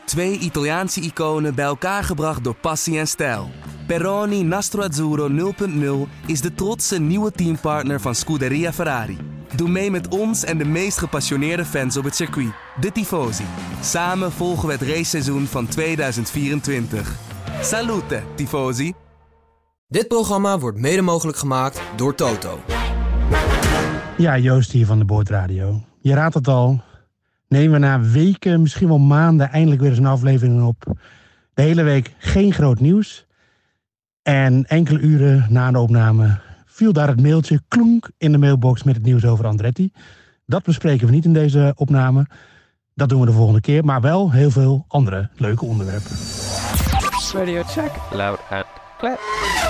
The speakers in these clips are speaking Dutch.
Twee Italiaanse iconen bij elkaar gebracht door passie en stijl. Peroni Nastro Azzurro 0.0 is de trotse nieuwe teampartner van Scuderia Ferrari. Doe mee met ons en de meest gepassioneerde fans op het circuit, de Tifosi. Samen volgen we het raceseizoen van 2024. Salute, Tifosi! Dit programma wordt mede mogelijk gemaakt door Toto. Ja, Joost hier van de Boordradio. Je raadt het al. Nemen we na weken, misschien wel maanden, eindelijk weer eens een aflevering op. De hele week geen groot nieuws. En enkele uren na de opname viel daar het mailtje klonk in de mailbox met het nieuws over Andretti. Dat bespreken we niet in deze opname. Dat doen we de volgende keer, maar wel heel veel andere leuke onderwerpen. Radio check. Loud and clear.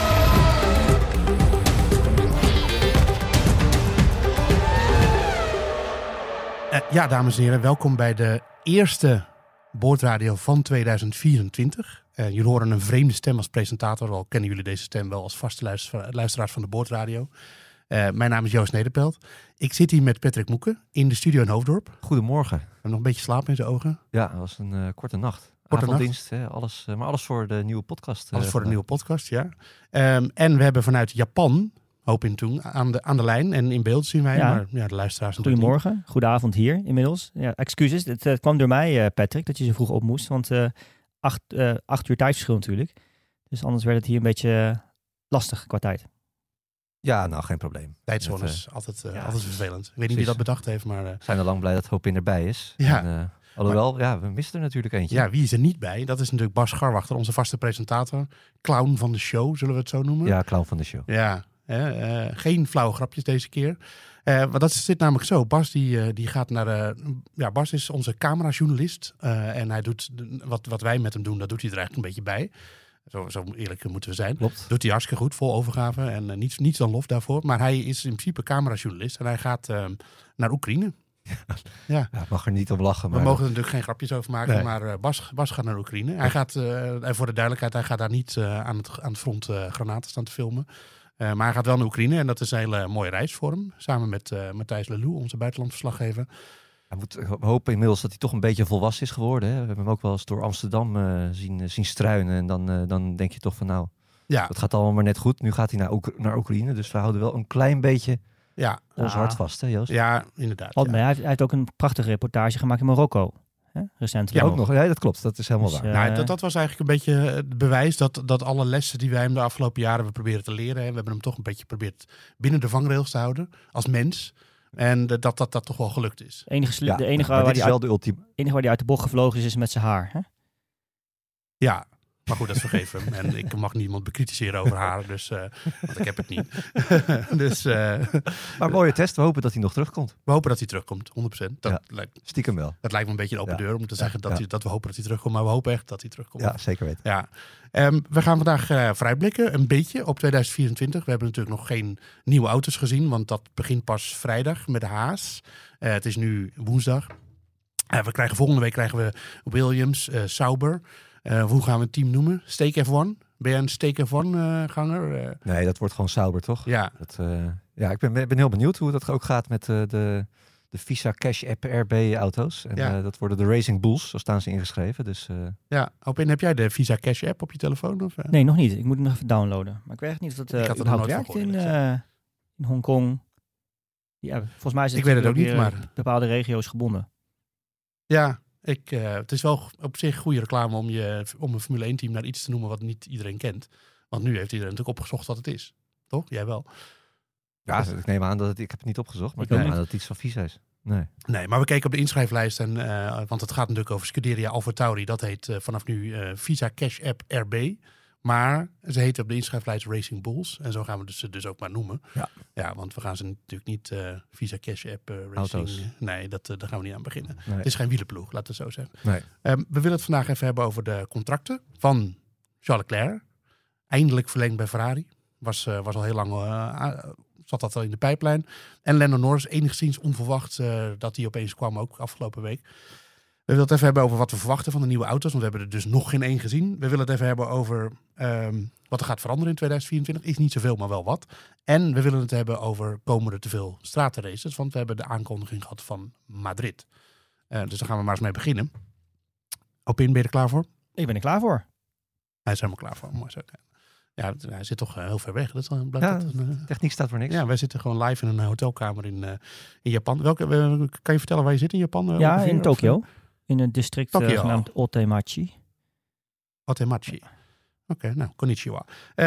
Ja, dames en heren, welkom bij de eerste Boordradio van 2024. Jullie horen een vreemde stem als presentator, al kennen jullie deze stem wel als vaste luisteraars van de Boordradio. Mijn naam is Joost Nederpelt. Ik zit hier met Patrick Moeken in de studio in Hoofddorp. Goedemorgen. Nog een beetje slaap in zijn ogen. Ja, het was een korte nacht. Korte avonddienst, hè, alles voor de nieuwe podcast. Alles voor de nieuwe podcast, ja. En we hebben vanuit Japan, Hoop in Toen, aan de lijn en in beeld zien wij. Ja. Maar ja, de luisteraars. Goedemorgen, goedenavond hier inmiddels. Ja, excuses, het kwam door mij, Patrick, dat je zo vroeg op moest. Want 8 uur tijdverschil natuurlijk. Dus anders werd het hier een beetje lastig qua tijd. Ja, nou geen probleem. Tijdzone is altijd vervelend. Ik weet niet precies. wie dat bedacht heeft, maar... We zijn al lang blij dat Hopin erbij is. Ja. En, alhoewel, we missen er natuurlijk eentje. Ja, wie is er niet bij? Dat is natuurlijk Bas Scharwachter, onze vaste presentator. Clown van de show, zullen we het zo noemen? Ja, clown van de show. Ja, geen flauwe grapjes deze keer. Want dat zit namelijk zo. Bas die gaat naar... Bas is onze camerajournalist. En hij doet wat wij met hem doen, dat doet hij er eigenlijk een beetje bij. Zo eerlijk moeten we zijn. Klopt. Doet hij hartstikke goed, vol overgave. En niets dan lof daarvoor. Maar hij is in principe camerajournalist. En hij gaat naar Oekraïne. Ja. Ja, ik mag er niet om lachen. We Maar mogen er natuurlijk geen grapjes over maken. Nee. Maar Bas gaat naar Oekraïne. Hij gaat, voor de duidelijkheid, hij gaat daar niet aan het front granaten staan te filmen. Maar hij gaat wel naar Oekraïne. En dat is een hele mooie reis voor hem. Samen met Matthijs Lelou, onze buitenlandverslaggever. we hopen inmiddels dat hij toch een beetje volwassen is geworden. Hè? We hebben hem ook wel eens door Amsterdam zien struinen. En dan denk je toch van nou, Ja, dat gaat allemaal maar net goed. Nu gaat hij naar Oekraïne. Dus we houden wel een klein beetje ja, ons hart vast, hè Joost? ja, inderdaad. Want Ja. hij heeft ook een prachtige reportage gemaakt in Marokko. Hè? Recentelijk. Ja, ook nog. Ja, dat klopt. Dat is helemaal Dus, waar. Nou, dat was eigenlijk een beetje het bewijs dat alle lessen die wij hem de afgelopen jaren hebben proberen te leren. En we hebben hem toch een beetje geprobeerd binnen de vangrails te houden als mens. En dat toch wel gelukt is. De enige Ja, waar maar dit is hij wel de ultieme. uit de bocht gevlogen is met zijn haar. Hè? Ja, maar goed, dat vergeef hem. En ik mag niemand bekritiseren over haar, dus, want ik heb het niet. Dus Maar mooie test. We hopen dat hij nog terugkomt. we hopen dat hij terugkomt, 100%. Ja. Dat Stiekem wel. lijkt me een beetje een open Ja. deur om te zeggen Ja. dat we hopen dat hij terugkomt. Maar we hopen echt dat hij terugkomt. Ja, zeker weten. Ja. We gaan vandaag vooruitblikken, een beetje, op 2024. We hebben natuurlijk nog geen nieuwe auto's gezien, want dat begint pas vrijdag met de Haas. Het is nu woensdag. Volgende week krijgen we Williams, Sauber. Hoe gaan we het team noemen? Stake F1? Ben jij een Stake F1-ganger? Nee, dat wordt gewoon Sauber, toch? Ja. Ik ben heel benieuwd hoe dat ook gaat met de Visa Cash App RB auto's. En Ja. dat worden de Racing Bulls, zo staan ze ingeschreven. Dus Ja, heb jij de Visa Cash app op je telefoon? Of? Nee, nog niet. Ik moet hem nog even downloaden. Maar ik weet echt niet of dat Ik had er überhaupt nog nooit werkt van gehoord, in Hongkong. Ja, volgens mij is het Ik weet het ook niet, weer maar- bepaalde regio's gebonden. Ja, het is wel op zich goede reclame om een Formule 1-team naar iets te noemen wat niet iedereen kent. Want nu heeft iedereen natuurlijk opgezocht wat het is. Toch? Jij wel. ja, ik neem aan dat ik heb het niet opgezocht, maar Ik ik ook neem aan niet. dat het iets van Visa is. Nee. Nee, maar we keken op de inschrijflijst. Want het gaat natuurlijk over Scuderia AlphaTauri. Dat heet vanaf nu Visa Cash App RB. Maar ze heten op de inschrijflijst Racing Bulls. En zo gaan we dus ook maar noemen. Ja, want we gaan ze natuurlijk niet Visa Cash App Racing... Auto's. Nee, daar gaan we niet aan beginnen. Nee. Het is geen wielenploeg, laten we het zo zeggen. Nee. We willen het vandaag even hebben over de contracten van Charles Leclerc. Eindelijk verlengd bij Ferrari. Was al heel lang... zat dat al in de pijplijn. En Lando Norris, enigszins onverwacht dat hij opeens kwam, ook afgelopen week. We willen het even hebben over wat we verwachten van de nieuwe auto's. Want we hebben er dus nog geen één gezien. We willen het even hebben over wat er gaat veranderen in 2024. Is niet zoveel, maar wel wat. En we willen het hebben over, komen er te veel stratenraces? Want we hebben de aankondiging gehad van Madrid. Dus daar gaan we maar eens mee beginnen. Alpine, ben je er klaar voor? Ik ben er klaar voor. Hij is helemaal klaar voor. Mooi zo. Ja, hij zit toch heel ver weg. Techniek staat voor niks. Ja, wij zitten gewoon live in een hotelkamer in Japan. Kan je vertellen waar je zit in Japan? Ja, ongeveer, in Tokio. In een district genaamd Otemachi. Otemachi. Oké, nou, konnichiwa.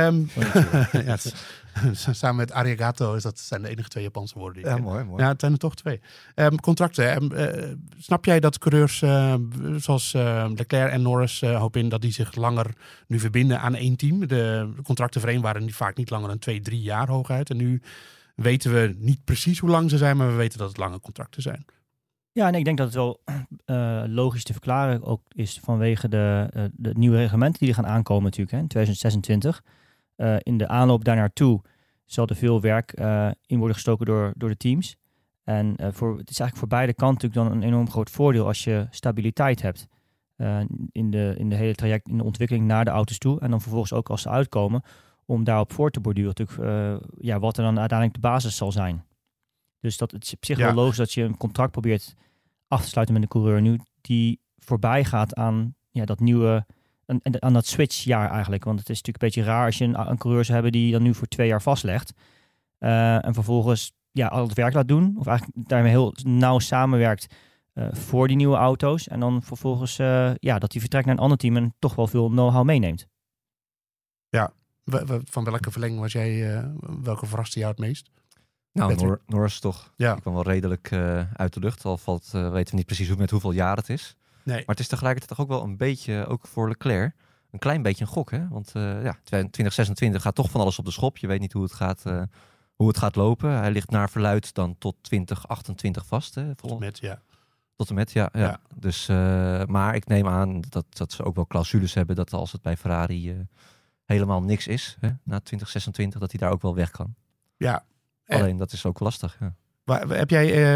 Ja, samen met arigato zijn de enige 2 Japanse woorden die ik ken. Mooi. Ja, het zijn er toch 2. Contracten. Snap jij dat coureurs zoals Leclerc en Norris hopen in dat die zich langer nu verbinden aan één team? De contracten voorheen waren vaak niet langer dan 2-3 jaar hooguit. En nu weten we niet precies hoe lang ze zijn, maar we weten dat het lange contracten zijn. Ja, en ik denk dat het wel logisch te verklaren ook is vanwege de nieuwe reglementen die er gaan aankomen natuurlijk in 2026. In de aanloop daar naartoe zal er veel werk in worden gestoken door de teams. En het is eigenlijk voor beide kanten natuurlijk dan een enorm groot voordeel als je stabiliteit hebt in de hele traject, in de ontwikkeling naar de auto's toe. En dan vervolgens ook als ze uitkomen, om daarop voor te borduren natuurlijk wat er dan uiteindelijk de basis zal zijn. Dus dat het is op zich wel logisch dat je een contract probeert af te sluiten met een coureur nu die voorbij gaat aan dat nieuwe, aan dat switchjaar eigenlijk. Want het is natuurlijk een beetje raar als je een coureur zou hebben die dan nu voor 2 jaar vastlegt. En vervolgens al het werk laat doen. Of eigenlijk daarmee heel nauw samenwerkt voor die nieuwe auto's. En dan vervolgens dat hij vertrekt naar een ander team en toch wel veel know-how meeneemt. Ja, van welke verlenging was jij, welke verraste jou het meest? Nou, Norris toch. Ja. Ik kwam wel redelijk uit de lucht. Al weten we niet precies met hoeveel jaar het is. Nee. Maar het is tegelijkertijd toch ook wel een beetje, ook voor Leclerc, een klein beetje een gok. Hè? Want 2026 gaat toch van alles op de schop. Je weet niet hoe het gaat lopen. Hij ligt naar verluidt dan tot 2028 vast. Hè? Tot en met, ja. Dus, maar ik neem aan dat ze ook wel clausules hebben dat als het bij Ferrari helemaal niks is, hè, na 2026, dat hij daar ook wel weg kan. Ja. Alleen dat is ook lastig. Ja. Heb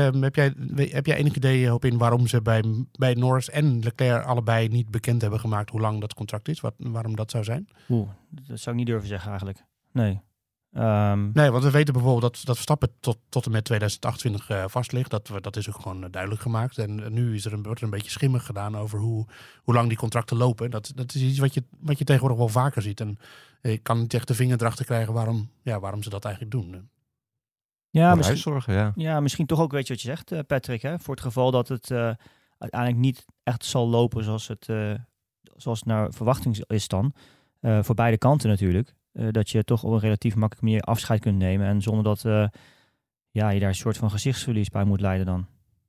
jij enig idee op in waarom ze bij Norris en Leclerc allebei niet bekend hebben gemaakt hoe lang dat contract is? Waarom dat zou zijn? Dat zou ik niet durven zeggen eigenlijk. Nee. Nee, want we weten bijvoorbeeld dat Verstappen tot en met 2028 vast ligt. Dat is ook gewoon duidelijk gemaakt. En nu wordt er een beetje schimmig gedaan over hoe lang die contracten lopen. Dat is iets wat je tegenwoordig wel vaker ziet. En ik kan niet echt de vinger erachter krijgen waarom ze dat eigenlijk doen. Ja, misschien toch ook, weet je wat je zegt, Patrick. Hè? Voor het geval dat het uiteindelijk niet echt zal lopen zoals het naar verwachting is dan. Voor beide kanten natuurlijk. Dat je toch op een relatief makkelijke manier afscheid kunt nemen. En zonder dat je daar een soort van gezichtsverlies bij moet leiden dan.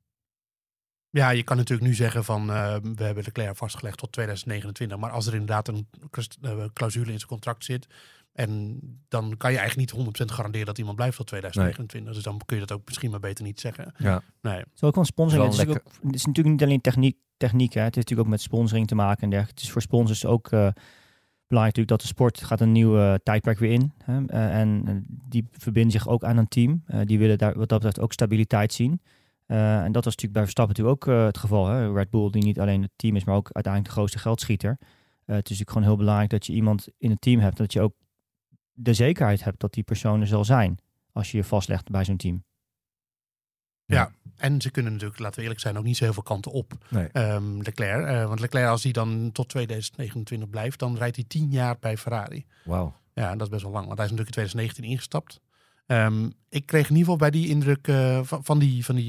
Ja, je kan natuurlijk nu zeggen van we hebben Leclerc vastgelegd tot 2029. Maar als er inderdaad een clausule in zijn contract zit, en dan kan je eigenlijk niet 100% garanderen dat iemand blijft tot 2029. Nee. Dus dan kun je dat ook misschien maar beter niet zeggen. Ja. Nee. Het is ook wel sponsoring. Het is natuurlijk niet alleen techniek. Hè. Het heeft natuurlijk ook met sponsoring te maken en dergelijke. Het is voor sponsors ook belangrijk natuurlijk dat de sport gaat een nieuw tijdperk weer in. Hè. En die verbinden zich ook aan een team. Die willen daar wat dat betreft ook stabiliteit zien. En dat was natuurlijk bij Verstappen natuurlijk ook het geval. Hè. Red Bull die niet alleen het team is, maar ook uiteindelijk de grootste geldschieter. Het is natuurlijk gewoon heel belangrijk dat je iemand in het team hebt, dat je ook de zekerheid hebt dat die persoon er zal zijn als je je vastlegt bij zo'n team. Ja, en ze kunnen natuurlijk, laten we eerlijk zijn, ook niet zo heel veel kanten op. Nee. Leclerc. Want Leclerc, als hij dan tot 2029 blijft, dan rijdt hij 10 jaar bij Ferrari. Wauw. Ja, dat is best wel lang, want hij is natuurlijk in 2019 ingestapt. Ik kreeg in ieder geval bij die indruk van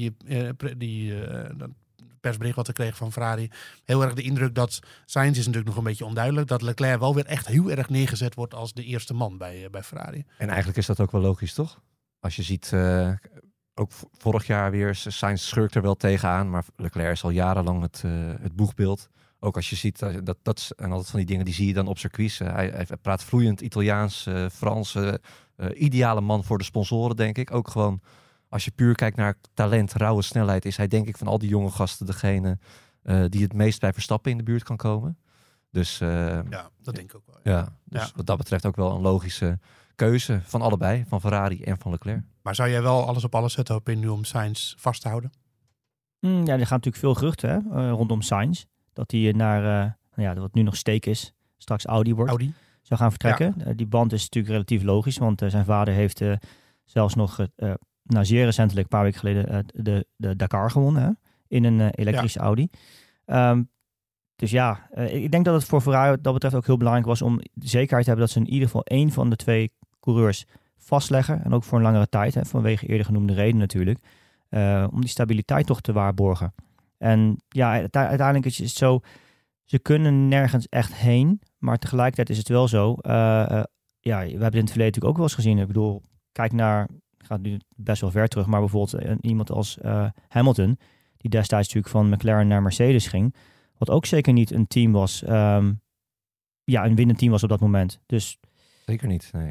die persbericht wat ik kreeg van Ferrari, heel erg de indruk dat Sainz is natuurlijk nog een beetje onduidelijk, dat Leclerc wel weer echt heel erg neergezet wordt als de eerste man bij Ferrari. En eigenlijk is dat ook wel logisch, toch? Als je ziet, ook vorig jaar weer, Sainz schurkt er wel tegenaan, maar Leclerc is al jarenlang het boegbeeld. Ook als je ziet, dat en altijd van die dingen, die zie je dan op circuits. Hij praat vloeiend Italiaans, Frans, ideale man voor de sponsoren, denk ik. Ook gewoon, als je puur kijkt naar talent, rauwe snelheid, is hij denk ik van al die jonge gasten degene die het meest bij Verstappen in de buurt kan komen. Dus ja, dat denk ik ook wel. Ja, dus wat dat betreft ook wel een logische keuze van allebei, van Ferrari en van Leclerc. Maar zou jij wel alles op alles zetten op in nu om Sainz vast te houden? Ja, er gaan natuurlijk veel geruchten rondom Sainz. Dat hij naar, wat nu nog Steak is, straks Audi wordt, zou gaan vertrekken. Ja. Die band is natuurlijk relatief logisch, want zijn vader heeft zelfs nog zeer recentelijk, een paar weken geleden, de Dakar gewonnen. Hè, in een elektrische Audi. Dus ja, ik denk dat het voor Ferrari wat dat betreft ook heel belangrijk was om de zekerheid te hebben dat ze in ieder geval 1 van de 2 coureurs vastleggen. En ook voor een langere tijd, vanwege eerder genoemde reden natuurlijk. Om die stabiliteit toch te waarborgen. En ja, uiteindelijk is het zo, ze kunnen nergens echt heen. Maar tegelijkertijd is het wel zo. We hebben het in het verleden natuurlijk ook wel eens gezien. Ik bedoel, kijk naar, gaat nu best wel ver terug, maar bijvoorbeeld iemand als Hamilton, die destijds natuurlijk van McLaren naar Mercedes ging. Wat ook zeker niet een team was. Een winnend team was op dat moment. Dus zeker niet, nee.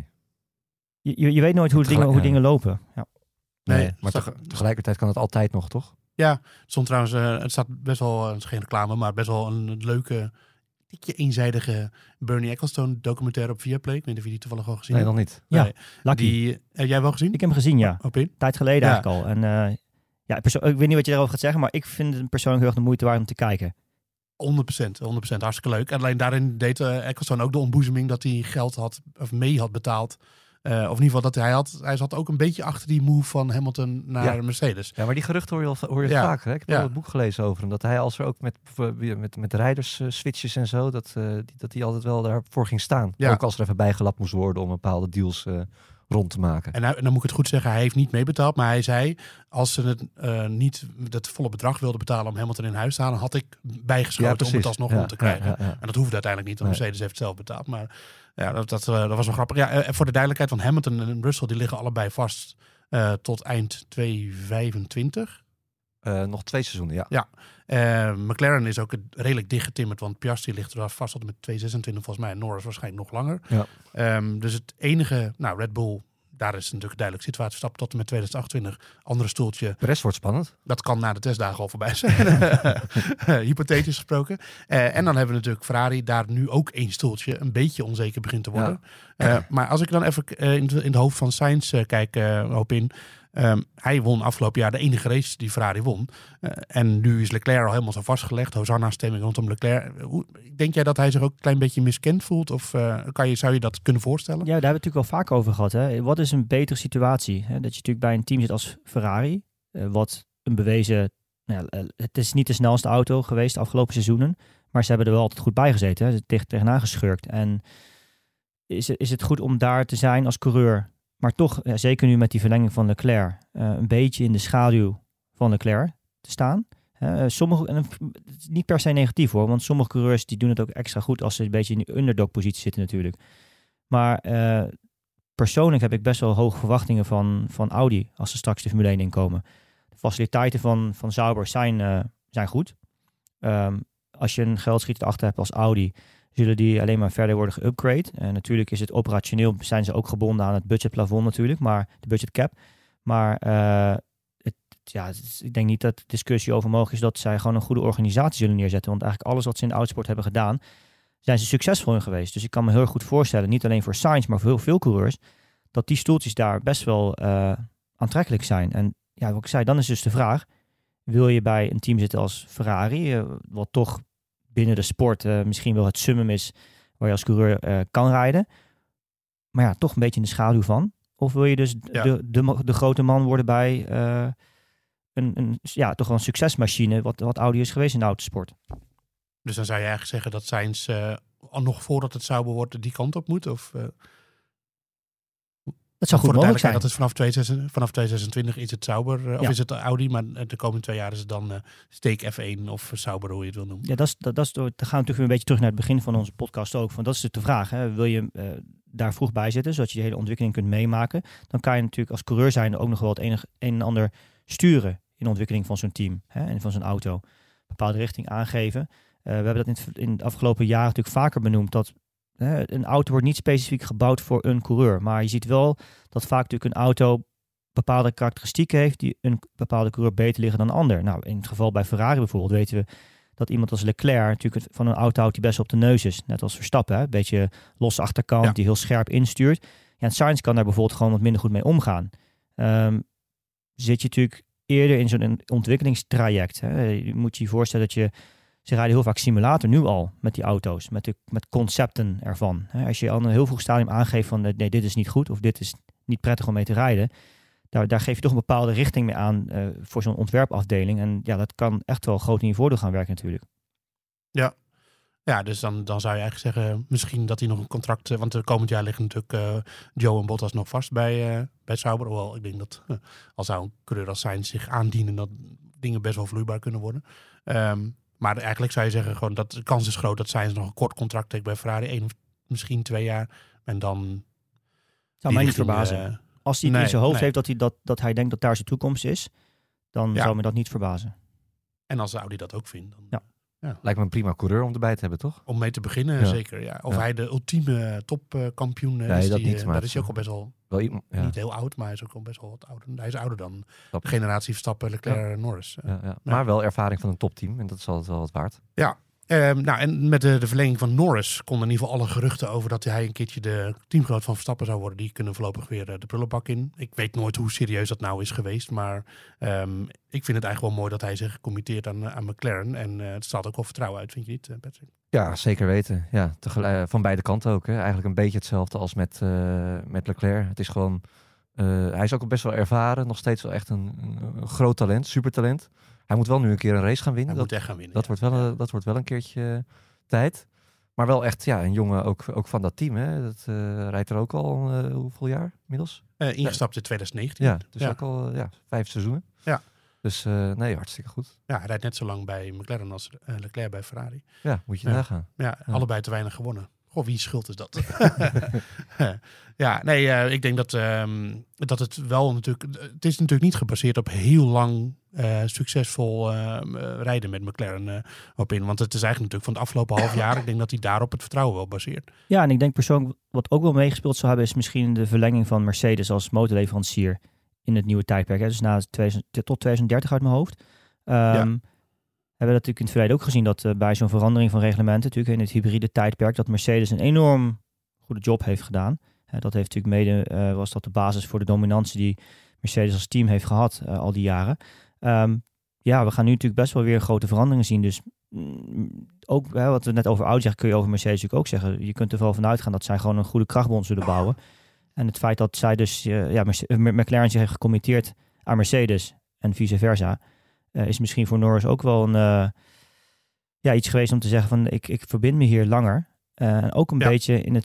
Je weet nooit hoe dingen lopen. Ja. Nee, maar tegelijkertijd kan het altijd nog, toch? Ja, stond trouwens, het staat best wel, het is geen reclame, maar best wel een leuke, beetje eenzijdige Bernie Ecclestone documentaire op Viaplay. Ik weet niet of je die toevallig al gezien hebt. Nee, nog niet. Ja, Lucky. Die, heb jij wel gezien? Ik heb hem gezien, ja. Op in? Tijd geleden eigenlijk al. En ik weet niet wat je daarover gaat zeggen, maar ik vind het persoonlijk heel erg de moeite waard om te kijken. 100%, hartstikke leuk. En alleen daarin deed Ecclestone ook de ontboezeming dat hij geld had, of mee had betaald. Of in ieder geval dat hij zat ook een beetje achter die move van Hamilton naar Mercedes. Ja, maar die geruchten hoor je vaak. Hè? Ik heb wel het boek gelezen over hem. Dat hij als er ook met rijders switches en zo, dat hij altijd wel daarvoor ging staan. Ja. Ook als er even bijgelapt moest worden om bepaalde deals rond te maken. En dan moet ik het goed zeggen, hij heeft niet meebetaald. Maar hij zei, als ze niet het volle bedrag wilden betalen om Hamilton in huis te halen, had ik bijgeschoten om het alsnog rond te krijgen. Ja. En dat hoefde uiteindelijk niet, want Mercedes heeft het zelf betaald. Maar ja, dat was wel grappig. Ja, en voor de duidelijkheid, van Hamilton en Russell, die liggen allebei vast tot eind 2025. Nog 2 seizoenen, ja. McLaren is ook redelijk dichtgetimmerd, want Piastri ligt er vast tot met 2026 volgens mij. En Norris waarschijnlijk nog langer. Ja. Dus het enige, Red Bull, daar is natuurlijk een duidelijke situatie. Stap tot en met 2028, andere stoeltje. De rest wordt spannend. Dat kan na de testdagen al voorbij zijn. Hypothetisch gesproken. En dan hebben we natuurlijk Ferrari, daar nu ook 1 stoeltje een beetje onzeker begint te worden. Ja. Maar als ik dan even in het hoofd van Sainz kijk, hoop in. Hij won afgelopen jaar de enige race die Ferrari won. En nu is Leclerc al helemaal zo vastgelegd. Hosanna-stemming rondom Leclerc. Denk jij dat hij zich ook een klein beetje miskend voelt? Of zou je dat kunnen voorstellen? Ja, daar hebben we het natuurlijk al vaak over gehad. Hè? Wat is een betere situatie? Hè? Dat je natuurlijk bij een team zit als Ferrari. Wat een bewezen... het is niet de snelste auto geweest de afgelopen seizoenen. Maar ze hebben er wel altijd goed bij gezeten. Hè? Ze zijn tegenaan geschurkt. En is het goed om daar te zijn als coureur? Maar toch, zeker nu met die verlenging van Leclerc, een beetje in de schaduw van Leclerc te staan. Niet per se negatief hoor, want sommige coureurs die doen het ook extra goed als ze een beetje in die underdog-positie zitten natuurlijk. Maar persoonlijk heb ik best wel hoge verwachtingen van Audi als ze straks de Formule 1 inkomen. De faciliteiten van Sauber zijn goed. Als je een geldschieter achter hebt als Audi, zullen die alleen maar verder worden geupgrade. Natuurlijk is het operationeel, zijn ze ook gebonden aan het budgetplafond natuurlijk, maar de budgetcap. Maar ik denk niet dat de discussie over mogelijk is dat zij gewoon een goede organisatie zullen neerzetten. Want eigenlijk alles wat ze in de autosport hebben gedaan, zijn ze succesvol in geweest. Dus ik kan me heel goed voorstellen, niet alleen voor Sainz, maar voor heel veel coureurs, dat die stoeltjes daar best wel aantrekkelijk zijn. En ja, wat ik zei, dan is dus de vraag, wil je bij een team zitten als Ferrari, wat toch binnen de sport misschien wel het summum is waar je als coureur kan rijden. Maar ja, toch een beetje in de schaduw van. Of wil je dus de grote man worden bij toch wel een succesmachine wat Audi is geweest in de autosport. Dus dan zou je eigenlijk zeggen dat Sainz nog voordat het Sauber wordt die kant op moet? Of... Dat zou goed mogelijk zijn. Dat is vanaf 2026 is het Sauber, of is het Audi, maar de komende 2 jaar is het dan steek F1 of Sauber, hoe je het wil noemen. Ja, dan gaan we natuurlijk weer een beetje terug naar het begin van onze podcast ook. Want dat is de vraag. Hè. Wil je daar vroeg bij zitten, zodat je de hele ontwikkeling kunt meemaken? Dan kan je natuurlijk als coureur zijnde ook nog wel het een en ander sturen in de ontwikkeling van zo'n team en van zo'n auto. Een bepaalde richting aangeven. We hebben dat in de afgelopen jaren natuurlijk vaker benoemd, dat een auto wordt niet specifiek gebouwd voor een coureur. Maar je ziet wel dat vaak natuurlijk een auto bepaalde karakteristieken heeft die een bepaalde coureur beter liggen dan een ander. Nou, in het geval bij Ferrari bijvoorbeeld weten we dat iemand als Leclerc natuurlijk van een auto houdt die best op de neus is. Net als Verstappen, een beetje losse achterkant die heel scherp instuurt. Ja, en Sainz kan daar bijvoorbeeld gewoon wat minder goed mee omgaan. Zit je natuurlijk eerder in zo'n ontwikkelingstraject. Je moet je voorstellen dat ze rijden heel vaak simulator nu al met die auto's, met concepten ervan. Als je al een heel vroeg stadium aangeeft van nee, dit is niet goed of dit is niet prettig om mee te rijden, daar geef je toch een bepaalde richting mee aan voor zo'n ontwerpafdeling. En ja, dat kan echt wel groot in je voordeel gaan werken natuurlijk. Ja, Ja, dus dan zou je eigenlijk zeggen, misschien dat hij nog een contract... want komend jaar liggen natuurlijk Joe en Bottas nog vast bij Sauber. Hoewel, ik denk dat al zou een coureur als Sainz zich aandienen, dat dingen best wel vloeibaar kunnen worden. Maar eigenlijk zou je zeggen, gewoon dat de kans is groot dat Sainz nog een kort contract heeft bij Ferrari. 1 of misschien 2 jaar. En dan... Zou mij niet verbazen. Als hij het in zijn hoofd heeft dat hij denkt dat daar zijn toekomst is, dan zou me dat niet verbazen. En als Audi dat ook vindt, dan... Ja. Lijkt me een prima coureur om erbij te hebben, toch? Om mee te beginnen, zeker. Ja. Of hij de ultieme topkampioen is. Nee, dat niet. Daar is hij ook al best wel niet heel oud, maar hij is ook al best wel wat ouder. Hij is ouder dan de generatie Verstappen, Leclerc en Norris. Maar wel ervaring van een topteam en dat is altijd wel wat waard. Ja. En met de verlenging van Norris konden in ieder geval alle geruchten over dat hij een keertje de teamgenoot van Verstappen zou worden. Die kunnen voorlopig weer de prullenbak in. Ik weet nooit hoe serieus dat nou is geweest. Maar ik vind het eigenlijk wel mooi dat hij zich committeert aan McLaren. En het straalt ook wel vertrouwen uit, vind je niet, Patrick? Ja, zeker weten. Ja, van beide kanten ook. Hè. Eigenlijk een beetje hetzelfde als met Leclerc. Het is gewoon... hij is ook best wel ervaren. Nog steeds wel echt een groot talent, supertalent. Hij moet wel nu een keer een race gaan winnen. Hij moet echt gaan winnen. Dat wordt wel een keertje tijd. Maar wel echt een jongen ook van dat team. Hè. Dat rijdt er ook al hoeveel jaar inmiddels? Ingestapt in 2019. Ja, dus ook al 5 seizoenen. Ja. Dus hartstikke goed. Ja, hij rijdt net zo lang bij McLaren als Leclerc bij Ferrari. Ja, moet je nagaan. Ja, allebei te weinig gewonnen. Goh, wie schuld is dat? Ik denk dat het wel natuurlijk... Het is natuurlijk niet gebaseerd op heel lang succesvol rijden met McLaren op in. Want het is eigenlijk natuurlijk van het afgelopen half jaar. Ik denk dat hij daarop het vertrouwen wel baseert. Ja, en ik denk persoonlijk wat ook wel meegespeeld zou hebben is misschien de verlenging van Mercedes als motorleverancier in het nieuwe tijdperk. Hè? Dus tot 2030 uit mijn hoofd. Hebben we dat natuurlijk in het verleden ook gezien dat bij zo'n verandering van reglementen, natuurlijk in het hybride tijdperk, dat Mercedes een enorm goede job heeft gedaan. Dat heeft natuurlijk was dat de basis voor de dominantie die Mercedes als team heeft gehad al die jaren. We gaan nu natuurlijk best wel weer grote veranderingen zien. Dus ook wat we net over Audi zeggen, kun je over Mercedes natuurlijk ook zeggen. Je kunt er wel vanuit gaan dat zij gewoon een goede krachtbron zullen bouwen. En het feit dat zij dus McLaren zich heeft gecommitteerd aan Mercedes en vice versa, is misschien voor Norris ook wel iets geweest om te zeggen van ik verbind me hier langer. En ook een beetje in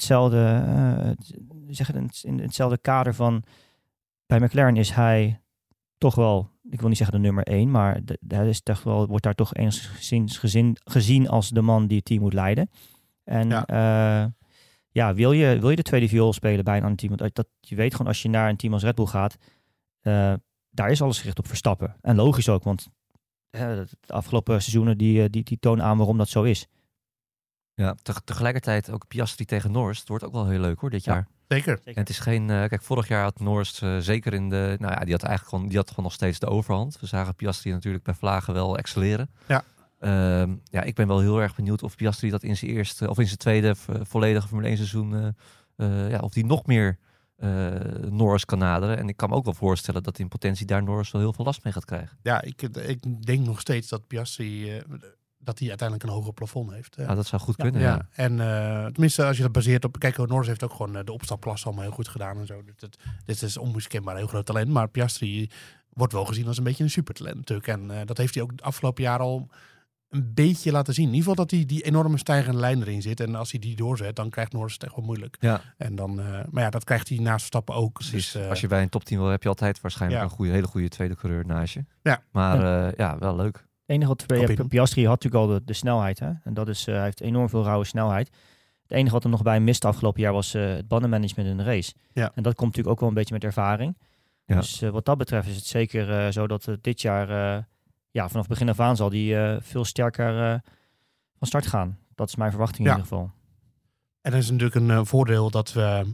hetzelfde kader van bij McLaren is hij toch wel, ik wil niet zeggen de nummer 1, maar hij is toch wel, wordt daar toch enigszins gezien als de man die het team moet leiden. En wil je de tweede viool spelen bij een ander team? Want je weet gewoon als je naar een team als Red Bull gaat, daar is alles gericht op Verstappen. En logisch ook, want de afgelopen seizoenen die tonen aan waarom dat zo is. Ja, tegelijkertijd ook Piastri tegen Norris. Het wordt ook wel heel leuk hoor, dit jaar. Zeker. En het is geen... kijk, vorig jaar had Norris zeker in de... Nou ja, die had gewoon nog steeds de overhand. We zagen Piastri natuurlijk bij vlagen wel excelleren. Ja. Ik ben wel heel erg benieuwd of Piastri dat in zijn eerste... of in zijn tweede volledige Formule 1 seizoen... of die nog meer Norris kan naderen. En ik kan me ook wel voorstellen dat in potentie daar Norris wel heel veel last mee gaat krijgen. Ja, ik denk nog steeds dat Piastri... dat hij uiteindelijk een hoger plafond heeft. Ja, dat zou goed kunnen. Ja. En tenminste, als je dat baseert op... Kijk, Norris heeft ook gewoon de opstapklasse allemaal heel goed gedaan en zo. Dit is onmiskenbaar een heel groot talent. Maar Piastri wordt wel gezien als een beetje een supertalent natuurlijk. En dat heeft hij ook de afgelopen jaar al een beetje laten zien. In ieder geval dat hij die enorme stijgende lijn erin zit. En als hij die doorzet, dan krijgt Norris het echt wel moeilijk. Ja. En dan, maar ja, dat krijgt hij naast Verstappen ook. Precies. Dus, als je bij een topteam wil, heb je altijd waarschijnlijk een hele goede tweede coureur naast je. Ja. Maar wel leuk. Het enige wat Piastri had natuurlijk al de snelheid. Hè? En dat is, hij heeft enorm veel rauwe snelheid. Het enige wat hem nog bij hem miste afgelopen jaar was het bandenmanagement in de race. Ja. En dat komt natuurlijk ook wel een beetje met ervaring. Ja. Dus wat dat betreft is het zeker zo dat dit jaar... vanaf begin af aan zal die veel sterker van start gaan. Dat is mijn verwachting in ieder geval. En er is natuurlijk een voordeel dat we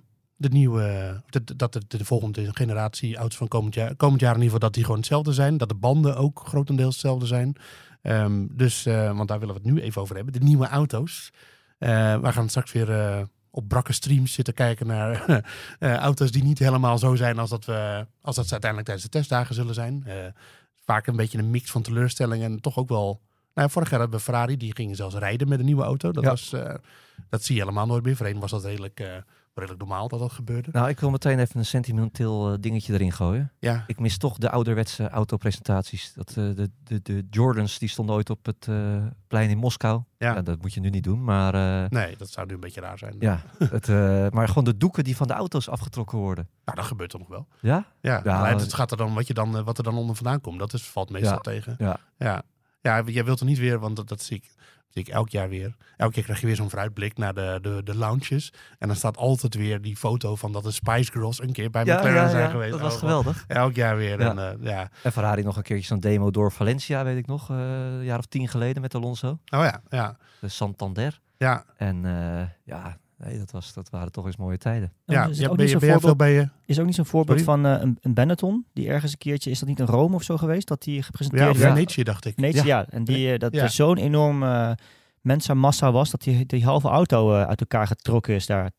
de volgende generatie auto's van komend jaar in ieder geval dat die gewoon hetzelfde zijn. Dat de banden ook grotendeels hetzelfde zijn. Want daar willen we het nu even over hebben. De nieuwe auto's. We gaan straks weer op brakke streams zitten kijken naar auto's die niet helemaal zo zijn als dat ze uiteindelijk tijdens de testdagen zullen zijn. Vaak een beetje een mix van teleurstelling en toch ook wel... vorig jaar hadden we Ferrari, die gingen zelfs rijden met een nieuwe auto. Dat zie je helemaal nooit meer. Voorheen was dat redelijk redelijk normaal dat gebeurde. Nou, ik wil meteen even een sentimenteel dingetje erin gooien. Ja. Ik mis toch de ouderwetse autopresentaties. De Jordans die stonden ooit op het plein in Moskou. Ja, dat moet je nu niet doen, maar... nee, dat zou nu een beetje raar zijn. Ja, maar gewoon de doeken die van de auto's afgetrokken worden. Nou, dat gebeurt toch nog wel. Ja? Ja, maar het gaat er dan, wat er dan onder vandaan komt. Dat valt meestal tegen. Ja, jij wilt er niet weer, want dat zie ik elk jaar weer. Elk jaar krijg je weer zo'n vooruitblik naar de lounges. En dan staat altijd weer die foto van dat de Spice Girls een keer bij McLaren zijn geweest. Dat was geweldig. Elk jaar weer. Ja. En Ferrari nog een keertje zo'n demo door Valencia, weet ik nog. Een jaar of 10 geleden met Alonso. Oh ja. De Santander. Ja. En nee, dat waren toch eens mooie tijden. Ja, ben jij veel bij je... Is ook niet zo'n voorbeeld van een Benetton, die ergens een keertje, is dat niet in Rome of zo geweest, dat die gepresenteerd werd? Ja, Venetië dacht ik. Venetië, en dat er zo'n enorm mensenmassa was, dat die halve auto uit elkaar getrokken is daar.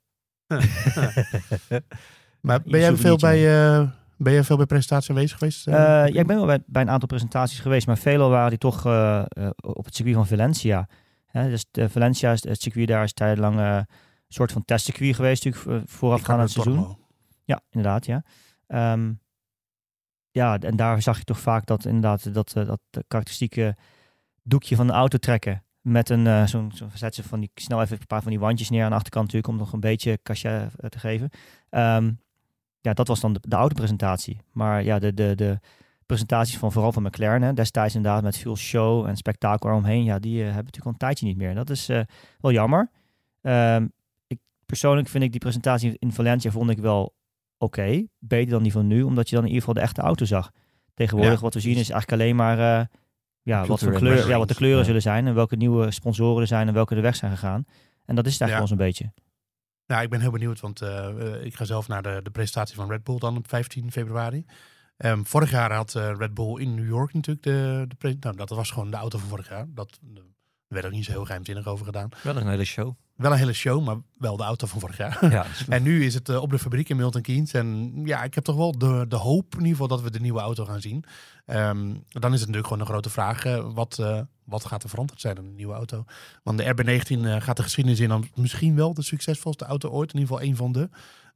Maar ben jij veel bij presentaties aanwezig geweest? Ja, ik ben wel bij een aantal presentaties geweest, maar veelal waren die toch op het circuit van Valencia. Dus Valencia, het circuit daar is tijdenlang een soort van testcircuit geweest, natuurlijk voorafgaand aan het seizoen. Ja, inderdaad, ja. En daar zag je toch vaak dat inderdaad dat karakteristieke doekje van de auto trekken. Met zo'n verzetje van die, snel even een paar van die wandjes neer aan de achterkant natuurlijk, om nog een beetje cachet te geven. Dat was dan de autopresentatie. Maar ja, de presentaties vooral van McLaren, destijds inderdaad met veel show en spektakel eromheen, die hebben natuurlijk al een tijdje niet meer. Dat is wel jammer. Persoonlijk vind ik die presentatie in Valencia vond ik wel oké. Beter dan die van nu, omdat je dan in ieder geval de echte auto zag. Tegenwoordig wat we zien is eigenlijk alleen maar wat de kleuren zullen zijn en welke nieuwe sponsoren er zijn en welke er weg zijn gegaan. En dat is het eigenlijk wel zo'n beetje. Nou, ik ben heel benieuwd, want ik ga zelf naar de presentatie van Red Bull dan op 15 februari. Vorig jaar had Red Bull in New York natuurlijk de presentatie. Nou, dat was gewoon de auto van vorig jaar. Dat werd er niet zo heel geheimzinnig over gedaan. Wel een hele show. Wel een hele show, maar wel de auto van vorig jaar. Ja, en nu is het op de fabriek in Milton Keynes. En ja, ik heb toch wel de hoop in ieder geval dat we de nieuwe auto gaan zien. Dan is het natuurlijk gewoon een grote vraag. Wat gaat er veranderd zijn aan de nieuwe auto? Want de RB19 gaat de geschiedenis in dan misschien wel de succesvolste auto ooit. In ieder geval één van de.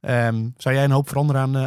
Zou jij een hoop veranderen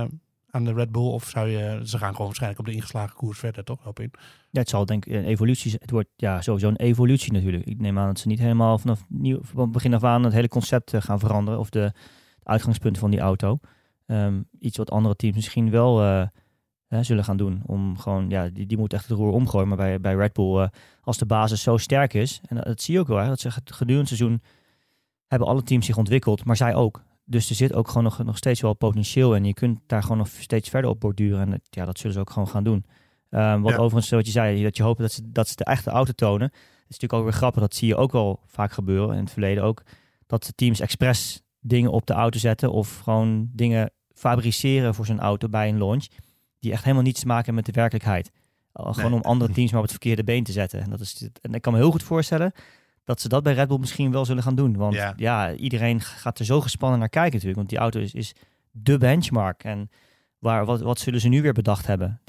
aan de Red Bull? Of ze gaan gewoon waarschijnlijk op de ingeslagen koers verder, toch? Hoop in. Ja, het zal denk ik een evolutie. Het wordt sowieso een evolutie natuurlijk. Ik neem aan dat ze niet helemaal van begin af aan het hele concept gaan veranderen. Of de uitgangspunten van die auto. Iets wat andere teams misschien wel zullen gaan doen. Om gewoon, die moet echt het roer omgooien. Maar bij Red Bull, als de basis zo sterk is. En dat zie je ook wel. Dat ze gedurende het seizoen hebben alle teams zich ontwikkeld. Maar zij ook. Dus er zit ook gewoon nog steeds wel potentieel in. Je kunt daar gewoon nog steeds verder op borduren. En dat zullen ze ook gewoon gaan doen. Overigens, wat je zei, dat je hoopt dat ze de echte auto tonen. Dat is natuurlijk ook weer grappig. Dat zie je ook wel vaak gebeuren. In het verleden ook. Dat de teams expres dingen op de auto zetten. Of gewoon dingen fabriceren voor zo'n auto bij een launch. Die echt helemaal niets te maken hebben met de werkelijkheid. Gewoon om andere teams maar op het verkeerde been te zetten. En ik kan me heel goed voorstellen dat ze dat bij Red Bull misschien wel zullen gaan doen. Want iedereen gaat er zo gespannen naar kijken natuurlijk. Want die auto is de benchmark. En wat zullen ze nu weer bedacht hebben?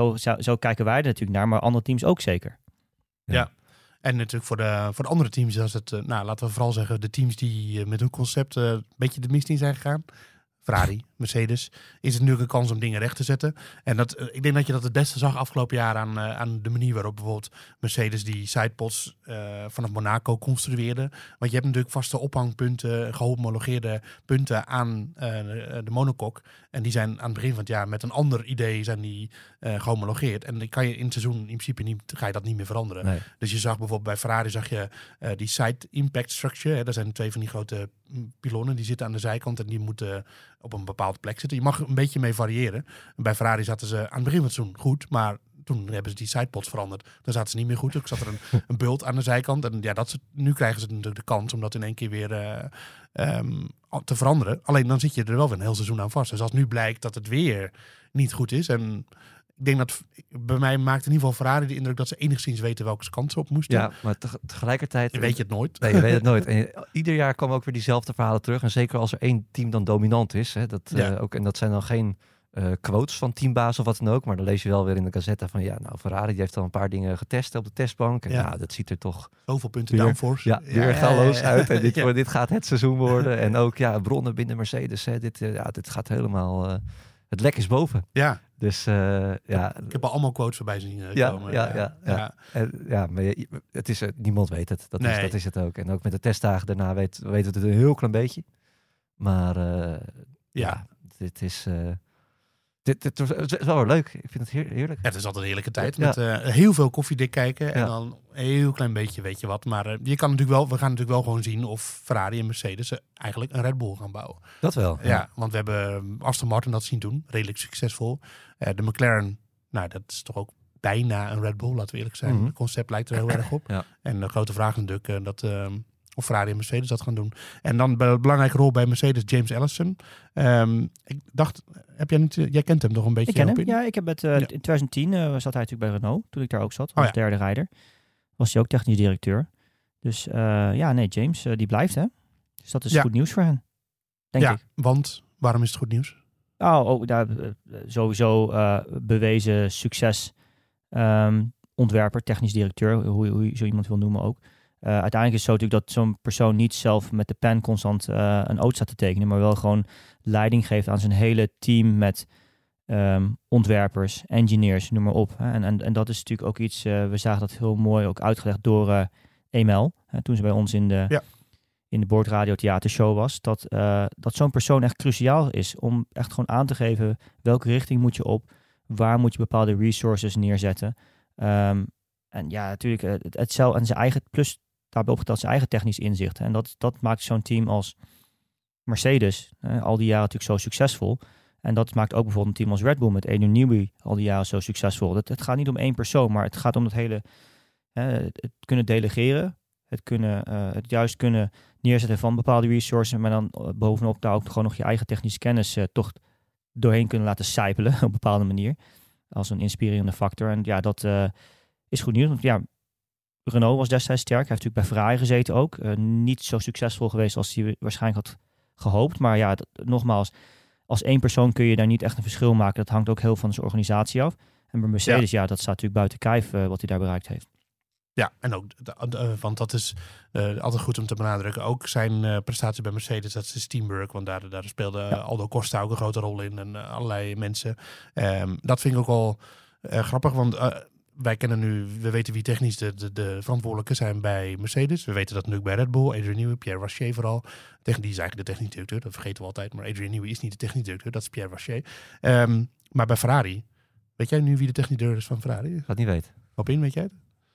Zo kijken wij er natuurlijk naar, maar andere teams ook zeker. Ja. En natuurlijk voor de andere teams is het, laten we vooral zeggen, de teams die met hun concept een beetje de mist in zijn gegaan. Ferrari, Mercedes, is het nu een kans om dingen recht te zetten. En ik denk dat je dat het beste zag afgelopen jaar aan de manier waarop bijvoorbeeld Mercedes die sidepods vanaf Monaco construeerde. Want je hebt natuurlijk vaste ophangpunten, gehomologeerde punten aan de monocoque. En die zijn aan het begin van het jaar met een ander idee zijn die gehomologeerd. En dan kan je in het seizoen in principe ga je dat niet meer veranderen. Nee. Dus je zag bijvoorbeeld bij Ferrari die side impact structure. Daar zijn 2 van die grote pilonnen die zitten aan de zijkant en die moeten op een bepaalde plek zitten. Je mag een beetje mee variëren. Bij Ferrari zaten ze aan het begin van het seizoen goed, maar toen hebben ze die sidepods veranderd. Dan zaten ze niet meer goed. Ik zat er een bult aan de zijkant. En nu krijgen ze natuurlijk de kans om dat in één keer weer te veranderen. Alleen dan zit je er wel weer een heel seizoen aan vast. Dus als nu blijkt dat het weer niet goed is. En ik denk dat bij mij maakt in ieder geval Ferrari de indruk dat ze enigszins weten welke kant ze op moesten. Ja, maar tegelijkertijd weet je het nooit. Nee, je weet het nooit. En ieder jaar komen ook weer diezelfde verhalen terug. En zeker als er één team dan dominant is. Hè, en dat zijn dan geen quotes van teambaas of wat dan ook. Maar dan lees je wel weer in de Gazzetta van Ferrari die heeft al een paar dingen getest op de testbank. En dat ziet er toch... Zoveel punten downforce. Ja, weer galloos uit. En dit gaat het seizoen worden. En ook bronnen binnen Mercedes. Hè. Dit gaat helemaal... het lek is boven. Ja. Dus ik heb al allemaal quotes voorbij zien komen. Maar het is, niemand weet het. Dat is het ook. En ook met de testdagen daarna weten we het een heel klein beetje. Maar dit is... Dit is wel weer leuk. Ik vind het heerlijk. Ja, het is altijd een heerlijke tijd. Met heel veel koffiedik kijken. En dan een heel klein beetje, weet je wat. Maar we gaan natuurlijk wel gewoon zien of Ferrari en Mercedes eigenlijk een Red Bull gaan bouwen. Dat wel. Ja, want we hebben Aston Martin dat zien doen. Redelijk succesvol. De McLaren, dat is toch ook bijna een Red Bull, laten we eerlijk zijn. Mm-hmm. Het concept lijkt er heel erg op. Ja. En de grote vraag is natuurlijk of Ferrari en Mercedes dat gaan doen. En dan bij een belangrijke rol bij Mercedes, James Allison. Ik dacht, jij kent hem nog een beetje? Ik ken hem, ja. Ik heb in 2010 zat hij natuurlijk bij Renault, toen ik daar ook zat, als derde rijder. Was hij ook technisch directeur. Dus James, die blijft, hè. Dus dat is goed nieuws voor hen, denk ik. Want waarom is het goed nieuws? Sowieso bewezen succes. Ontwerper, technisch directeur, hoe je zo iemand wil noemen ook. Uiteindelijk is het zo natuurlijk dat zo'n persoon niet zelf met de pen constant een ode staat te tekenen, maar wel gewoon leiding geeft aan zijn hele team met ontwerpers, engineers, noem maar op. Hè. En dat is natuurlijk ook iets, we zagen dat heel mooi ook uitgelegd door Emel, toen ze bij ons in de Boordradio Theatershow was, dat zo'n persoon echt cruciaal is om echt gewoon aan te geven welke richting moet je op, waar moet je bepaalde resources neerzetten. En ja, natuurlijk, het zal en zijn eigen, plus daarbij opgeteld zijn eigen technisch inzicht. En dat maakt zo'n team als Mercedes al die jaren natuurlijk zo succesvol. En dat maakt ook bijvoorbeeld een team als Red Bull met Adrian Newey al die jaren zo succesvol. Het gaat niet om één persoon, maar het gaat om het hele het kunnen delegeren. Het juist kunnen neerzetten van bepaalde resources, maar dan bovenop daar ook gewoon nog je eigen technische kennis toch doorheen kunnen laten sijpelen op een bepaalde manier. Als een inspirerende factor. En ja, dat is goed nieuws. Want Renault was destijds sterk. Hij heeft natuurlijk bij Ferrari gezeten ook. Niet zo succesvol geweest als hij waarschijnlijk had gehoopt. Maar nogmaals, als één persoon kun je daar niet echt een verschil maken. Dat hangt ook heel van zijn organisatie af. En bij Mercedes, dat staat natuurlijk buiten kijf wat hij daar bereikt heeft. Ja, en ook, want dat is altijd goed om te benadrukken. Ook zijn prestatie bij Mercedes, dat is Steenberg. Want daar speelde Aldo Costa ook een grote rol in. En allerlei mensen. Dat vind ik ook wel grappig, want wij weten wie technisch de verantwoordelijken zijn bij Mercedes. We weten dat nu bij Red Bull, Adrian Newey, Pierre Wachier vooral. Die is eigenlijk de technisch directeur, dat vergeten we altijd. Maar Adrian Newey is niet de technisch directeur, dat is Pierre Wachier. Maar bij Ferrari, weet jij nu wie de technisch directeur is van Ferrari? Ik had niet weten. Op in, weet jij het?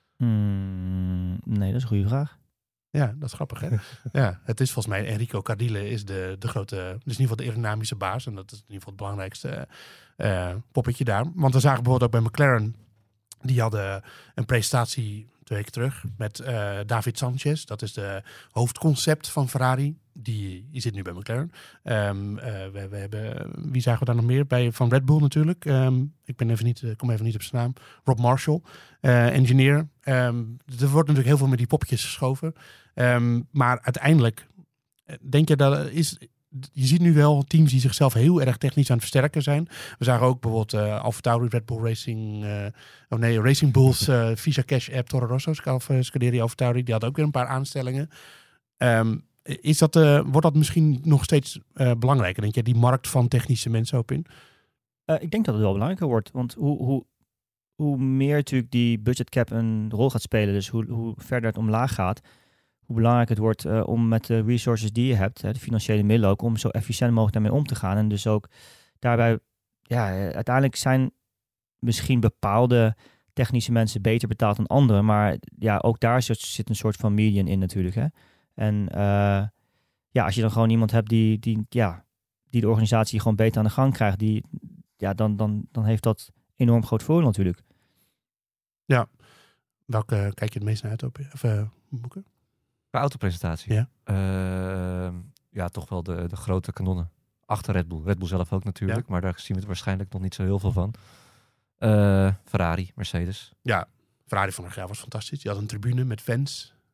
Nee, dat is een goede vraag. Ja, dat is grappig, hè? Ja, het is volgens mij Enrico Cardile is de grote, dus in ieder geval de aerodynamische baas. En dat is in ieder geval het belangrijkste poppetje daar. Want we zagen bijvoorbeeld ook bij McLaren, die hadden een presentatie 2 weken terug met David Sanchez. Dat is de hoofdconcept van Ferrari. Die zit nu bij McLaren. We hebben, wie zagen we daar nog meer? Van Red Bull natuurlijk. Ik kom even niet op zijn naam. Rob Marshall, engineer. Er wordt natuurlijk heel veel met die poppetjes geschoven. Maar uiteindelijk denk je dat je ziet nu wel teams die zichzelf heel erg technisch aan het versterken zijn. We zagen ook bijvoorbeeld AlphaTauri, Red Bull Racing, Racing Bulls, Visa Cash App, Toro Rosso, Scuderia AlphaTauri. Die had ook weer een paar aanstellingen. Wordt dat misschien nog steeds belangrijker? Denk je die markt van technische mensen op in? Ik denk dat het wel belangrijker wordt. Want hoe meer natuurlijk die budgetcap een rol gaat spelen, dus hoe verder het omlaag gaat, hoe belangrijk het wordt om met de resources die je hebt, de financiële middelen ook, om zo efficiënt mogelijk daarmee om te gaan. En dus ook daarbij, uiteindelijk zijn misschien bepaalde technische mensen beter betaald dan anderen, maar ook daar zit een soort van median in natuurlijk, hè. En als je dan gewoon iemand hebt die de organisatie gewoon beter aan de gang krijgt, dan heeft dat enorm groot voordeel natuurlijk. Ja. Welke kijk je het meest naar uit op? Boeken? Qua autopresentatie? Ja. Toch wel de grote kanonnen. Achter Red Bull. Red Bull zelf ook natuurlijk, maar daar zien we het waarschijnlijk nog niet zo heel veel van. Ferrari, Mercedes. Ja, Ferrari vorig jaar was fantastisch. Die had een tribune met fans.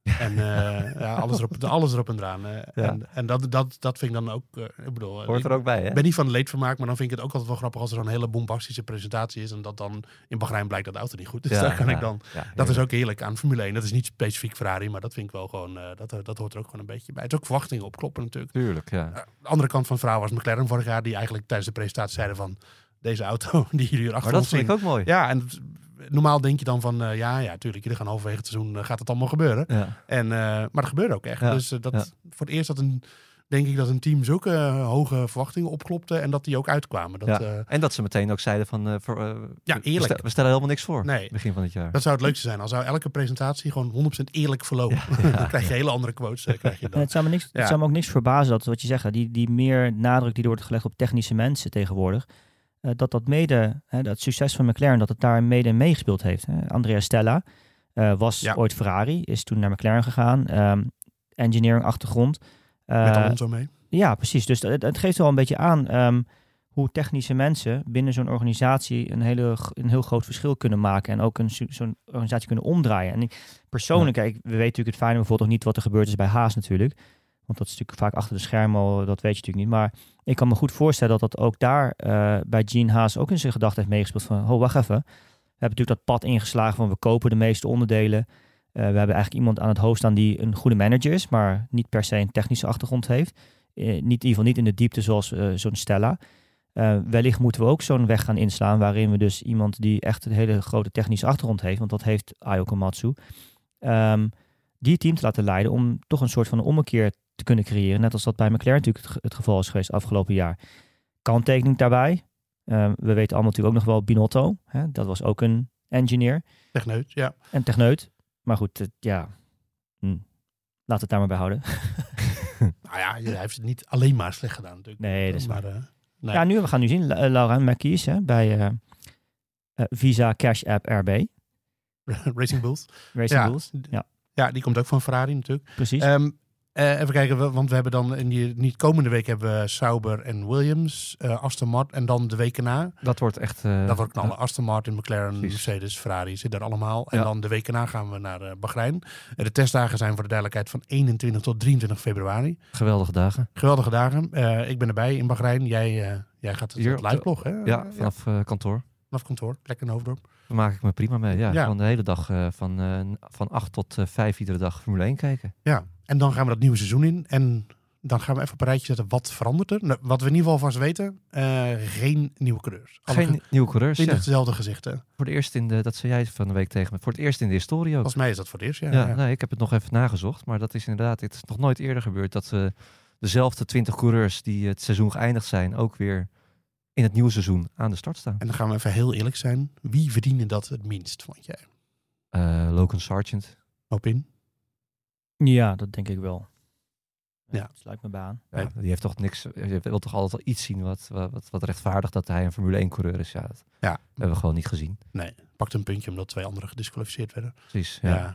En alles erop en eraan. En dat vind ik dan ook... ik bedoel, Hoort er ook bij, hè? Ik ben niet van leedvermaak, maar dan vind ik het ook altijd wel grappig als er zo'n hele bombastische presentatie is en dat dan in Bahrein blijkt dat de auto niet goed is. Dus daar kan ik dan... dat is ook heerlijk aan Formule 1. Dat is niet specifiek Ferrari, maar dat vind ik wel gewoon... dat hoort er ook gewoon een beetje bij. Het is ook verwachtingen opkloppen natuurlijk. Tuurlijk, ja. De andere kant van het verhaal was McLaren vorig jaar, die eigenlijk tijdens de presentatie zeiden van... Deze auto die jullie erachter Maar dat vind ik ook mooi. Ja, en normaal denk je dan van... tuurlijk, jullie gaan halverwege het seizoen... gaat het allemaal gebeuren. Ja. Maar dat gebeurde ook echt. Ja. Dus voor het eerst denk ik dat een team zulke hoge verwachtingen opklopte... en dat die ook uitkwamen. En dat ze meteen ook zeiden van... eerlijk. We stellen helemaal niks voor. Nee. Begin van het jaar. Dat zou het leukste zijn. Als zou elke presentatie gewoon 100% eerlijk verlopen. Dan krijg je hele andere quotes. Krijg je dan. En het zou me ook niks verbazen dat, wat je zegt, die meer nadruk die wordt gelegd op technische mensen tegenwoordig... dat mede, dat succes van McLaren, dat het daar mede meegespeeld heeft. Andrea Stella was ooit Ferrari, is toen naar McLaren gegaan. Engineering achtergrond. Met Alonso mee. Ja, precies. Dus het geeft wel een beetje aan hoe technische mensen binnen zo'n organisatie een heel groot verschil kunnen maken. En ook zo'n organisatie kunnen omdraaien. En persoonlijk, we weten natuurlijk het fijne bijvoorbeeld ook niet wat er gebeurd is bij Haas natuurlijk. Want dat is natuurlijk vaak achter de schermen, dat weet je natuurlijk niet. Maar ik kan me goed voorstellen dat ook daar bij Gene Haas ook in zijn gedachten heeft meegespeeld van, wacht even. We hebben natuurlijk dat pad ingeslagen van we kopen de meeste onderdelen. We hebben eigenlijk iemand aan het hoofd staan die een goede manager is, maar niet per se een technische achtergrond heeft. In ieder geval niet in de diepte zoals zo'n Stella. Wellicht moeten we ook zo'n weg gaan inslaan waarin we dus iemand die echt een hele grote technische achtergrond heeft, want dat heeft Ayo Komatsu, die team te laten leiden om toch een soort van ommekeer te kunnen creëren. Net als dat bij McLaren natuurlijk het geval is geweest afgelopen jaar. Kanttekening daarbij. We weten allemaal natuurlijk ook nog wel Binotto. Hè? Dat was ook een engineer. Techneut, ja. En techneut. Maar goed, laat het daar maar bij houden. Nou ja, hij heeft het niet alleen maar slecht gedaan natuurlijk. Nee, dat is maar, nee. Ja, we gaan nu zien. Laurent Marquis bij Visa Cash App RB. Racing Bulls. Bulls, ja. Ja, die komt ook van Ferrari natuurlijk. Precies. Even kijken, want we hebben dan niet komende week hebben we Sauber en Williams, Aston Martin en dan de weken na. Dat wordt echt... dat wordt knallen. Aston Martin, McLaren, Mercedes, Ferrari zit daar allemaal. En dan de weken na gaan we naar Bahrein. De testdagen zijn voor de duidelijkheid van 21 tot 23 februari. Geweldige dagen. Geweldige dagen. Ik ben erbij in Bahrein. Jij gaat het live blog, hè? Ja, vanaf kantoor. Vanaf kantoor, lekker in Hoofddorp. Daar maak ik me prima mee. Ja. Gewoon de hele dag van 8 tot 5 iedere dag Formule 1 kijken. Ja, en dan gaan we dat nieuwe seizoen in. En dan gaan we even op een rijtje zetten. Wat verandert er? Nou, wat we in ieder geval vast weten. Geen nieuwe coureurs. Geen nieuwe coureurs, dezelfde gezichten. Voor het eerst dat zei jij van de week tegen me. Voor het eerst in de historie ook. Volgens mij is dat voor het eerst, ja. Nee, ik heb het nog even nagezocht. Maar dat is inderdaad, het is nog nooit eerder gebeurd. Dat dezelfde 20 coureurs die het seizoen geëindigd zijn ook weer in het nieuwe seizoen aan de start staan. En dan gaan we even heel eerlijk zijn. Wie verdienen dat het minst, vond jij? Logan Sargent. Hoop in? Ja, dat denk ik wel. Ja. Dat sluit me bij aan. Ja, die heeft toch niks. Je wil toch altijd wel iets zien wat rechtvaardigt dat hij een Formule 1 coureur is. Ja, dat hebben we gewoon niet gezien. Nee, pakte een puntje omdat 2 anderen gedisqualificeerd werden. Precies, ja.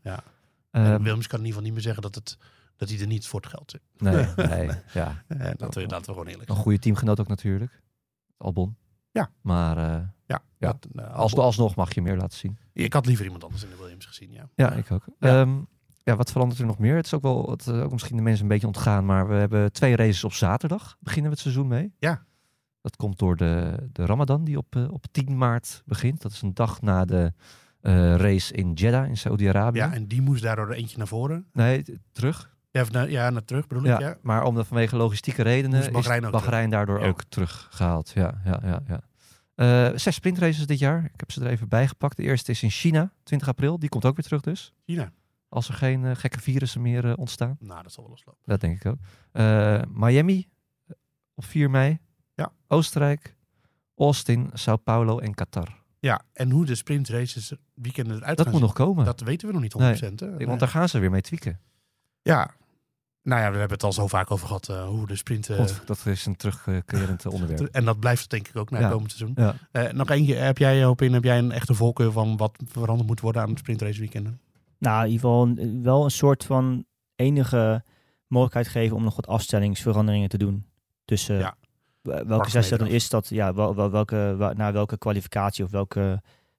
Wilms kan in ieder geval niet meer zeggen dat hij er niet voor het geld zit. Nee. Laten we gewoon eerlijk zijn. Een goede teamgenoot ook natuurlijk. Albon. Ja. Maar alsnog mag je meer laten zien. Ik had liever iemand anders in de Williams gezien, ja. Ja, ik ook. Ja. Wat verandert er nog meer? Het is ook wel ook misschien de mensen een beetje ontgaan, maar we hebben 2 races op zaterdag. Beginnen we het seizoen mee. Ja. Dat komt door de Ramadan die op 10 maart begint. Dat is een dag na de race in Jeddah in Saudi-Arabië. Ja, en die moest daardoor eentje naar voren. Nee, terug. Naar terug bedoel ik, ja. Maar vanwege logistieke redenen is Bahrein daardoor ook teruggehaald. Ja. 6 sprintraces dit jaar. Ik heb ze er even bij gepakt. De eerste is in China, 20 april. Die komt ook weer terug dus. China. Als er geen gekke virussen meer ontstaan. Nou, dat zal wel loslopen. Dat denk ik ook. Miami op 4 mei. Ja. Oostenrijk, Austin, Sao Paulo en Qatar. Ja, en hoe de sprintraces weekenden eruit gaan moet nog komen. Dat weten we nog niet 100%. Nee. Want daar gaan ze weer mee tweaken. Ja. Nou ja, we hebben het al zo vaak over gehad hoe de sprint... dat is een terugkerend onderwerp. En dat blijft denk ik ook na het komend seizoen. Ja. Nog eentje, heb jij een echte voorkeur van wat veranderd moet worden aan het sprintrace weekenden? Nou, in ieder geval wel een soort van enige mogelijkheid geven om nog wat afstellingsveranderingen te doen. Tussen welke sessie dan is dat, naar welke kwalificatie of welke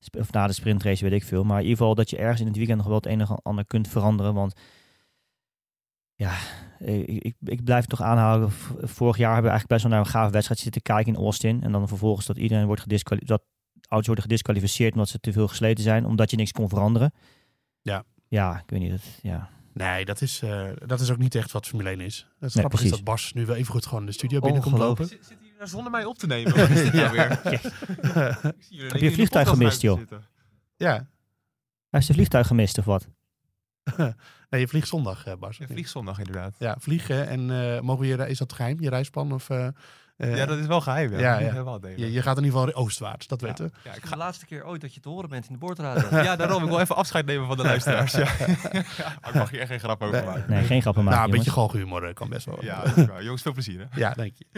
Of na de sprintrace, weet ik veel. Maar in ieder geval dat je ergens in het weekend nog wel het een of ander kunt veranderen. Want ja, ik blijf het toch aanhouden. Vorig jaar hebben we eigenlijk best wel naar een gave wedstrijd zitten kijken in Austin. En dan vervolgens dat iedereen wordt dat auto's worden gedisqualificeerd omdat ze te veel gesleten zijn. Omdat je niks kon veranderen. Ja. Ja, ik weet niet. Nee, dat is ook niet echt wat Formule 1 is. Het grappige is dat Bas nu wel even goed gewoon in de studio binnenkomt lopen. Zitten jullie nou zonder mij op te nemen? Wat is dit nou weer? Heb je een vliegtuig gemist, joh? Ja. Heeft je vliegtuig gemist of wat? Nee, je vliegt zondag, Bas. Je vliegt zondag inderdaad. Ja, vliegen. En is dat geheim, je reisplan? Of, ja, dat is wel geheim. Ja. Je gaat in ieder geval oostwaarts, dat weten we. Ja, ik ga de laatste keer ooit dat je te horen bent in de boordradio. Ja, daarom. Ik wil even afscheid nemen van de luisteraars. Ja. Ik mag hier echt geen grap over maken. Nee, geen grappen maken. Nou, een beetje galgenhumor kan best wel. Ja, dat is waar. Jongens, veel plezier. Hè? Ja, dank je.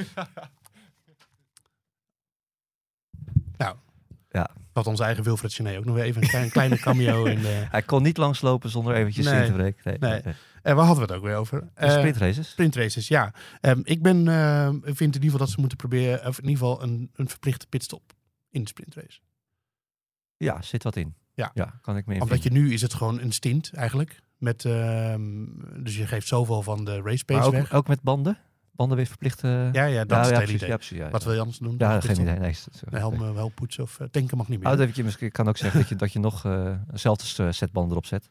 Nou. Ja. Dat onze eigen Wilfred Gené ook nog even een kleine cameo in de... Hij kon niet langslopen zonder eventjes in te breken. Nee. Waar hadden we het ook weer over? Sprintraces. Sprintraces, ja. Ik vind in ieder geval dat ze moeten proberen... Of in ieder geval een verplichte pitstop in de sprintrace. Ja, zit wat in. Ja, kan ik mee omdat nu is het gewoon een stint eigenlijk. Dus je geeft zoveel van de race pace weg. Ook met banden? Banden weer verplicht? Ja, dat is het hele idee. Ja. Wat wil je anders doen? Ja, geen idee. Nee, helm poetsen of tanken mag niet meer. Ik kan ook zeggen dat je nog eenzelfde set banden erop zet.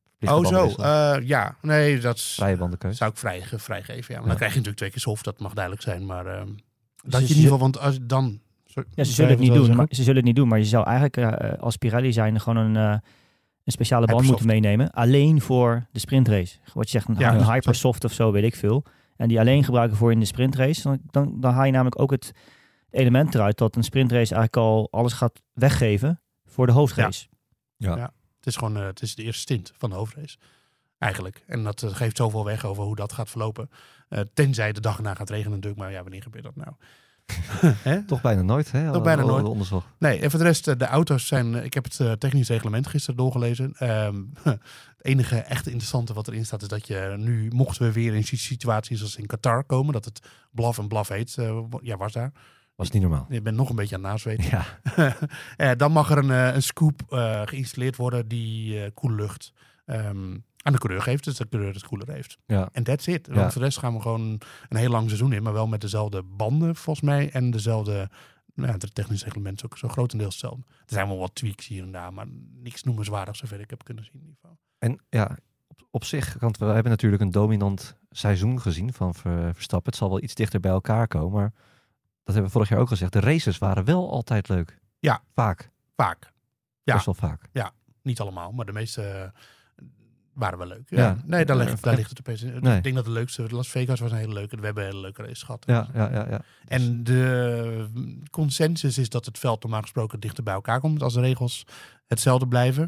Ja. Nee, dat vrije bandenkeus. Zou ik vrijgeven. Ja. Maar dan krijg je natuurlijk 2 keer soft, dat mag duidelijk zijn. Maar dat je in ieder geval, want als dan... Ja, ze zullen het niet doen, maar je zou eigenlijk als Pirelli zijn gewoon een speciale band moeten meenemen. Alleen voor de sprintrace. Wat je zegt, een hypersoft of zo, weet ik veel. En die alleen gebruiken voor in de sprintrace. Dan haal je namelijk ook het element eruit dat een sprintrace eigenlijk al alles gaat weggeven voor de hoofdrace. Ja. Het is gewoon het is de eerste stint van de hoofdrace. Eigenlijk. En dat geeft zoveel weg over hoe dat gaat verlopen. Tenzij de dag erna gaat regenen natuurlijk. Maar ja, wanneer gebeurt dat nou? Toch bijna nooit, hè? Toch bijna nooit. Onderzocht. Nee, en voor de rest, de auto's zijn... Ik heb het technisch reglement gisteren doorgelezen. Het enige echt interessante wat erin staat is dat je nu, mochten we weer in situaties als in Qatar komen, dat het blaf en blaf heet. Was daar. Was niet normaal. Je bent nog een beetje aan het nazweten. Ja. Dan mag er een scoop geïnstalleerd worden die koele lucht aan de coureur geeft, dus de coureur het koeler heeft. Ja. En that's it. Want voor de rest gaan we gewoon een heel lang seizoen in, maar wel met dezelfde banden volgens mij en dezelfde... het technisch reglement is ook zo grotendeels hetzelfde. Er zijn wel wat tweaks hier en daar, maar niks noemenswaardigs zover ik heb kunnen zien in ieder geval. En ja, op zich, want we hebben natuurlijk een dominant seizoen gezien van Verstappen. Het zal wel iets dichter bij elkaar komen, maar dat hebben we vorig jaar ook gezegd. De races waren wel altijd leuk. Ja. Vaak. Ja. Best wel vaak. Ja, niet allemaal, maar de meeste waren wel leuk. Ja. Nee, daar ligt het opeens in. Nee. Ik denk dat de leukste, Las Vegas was een hele leuke. We hebben een hele leuke race gehad. Ja. En de consensus is dat het veld normaal gesproken dichter bij elkaar komt als de regels hetzelfde blijven.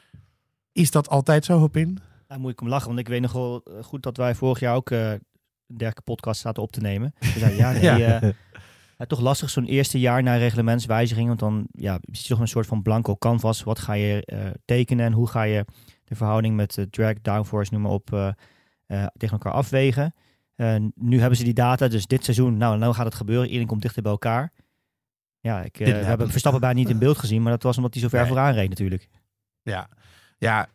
Is dat altijd zo, hoop in? Daar moet ik om lachen, want ik weet nog wel goed dat wij vorig jaar ook een dergelijke podcast zaten op te nemen. We zeiden, toch lastig zo'n eerste jaar na reglementswijziging, want dan is het toch een soort van blanco canvas. Wat ga je tekenen en hoe ga je de verhouding met drag, downforce, noem maar op, tegen elkaar afwegen. Nu hebben ze die data, dus dit seizoen, nou gaat het gebeuren. Iedereen komt dichter bij elkaar. Ja, we hebben Verstappen bijna niet in beeld gezien, maar dat was omdat hij zo ver vooraan reed natuurlijk. Ja,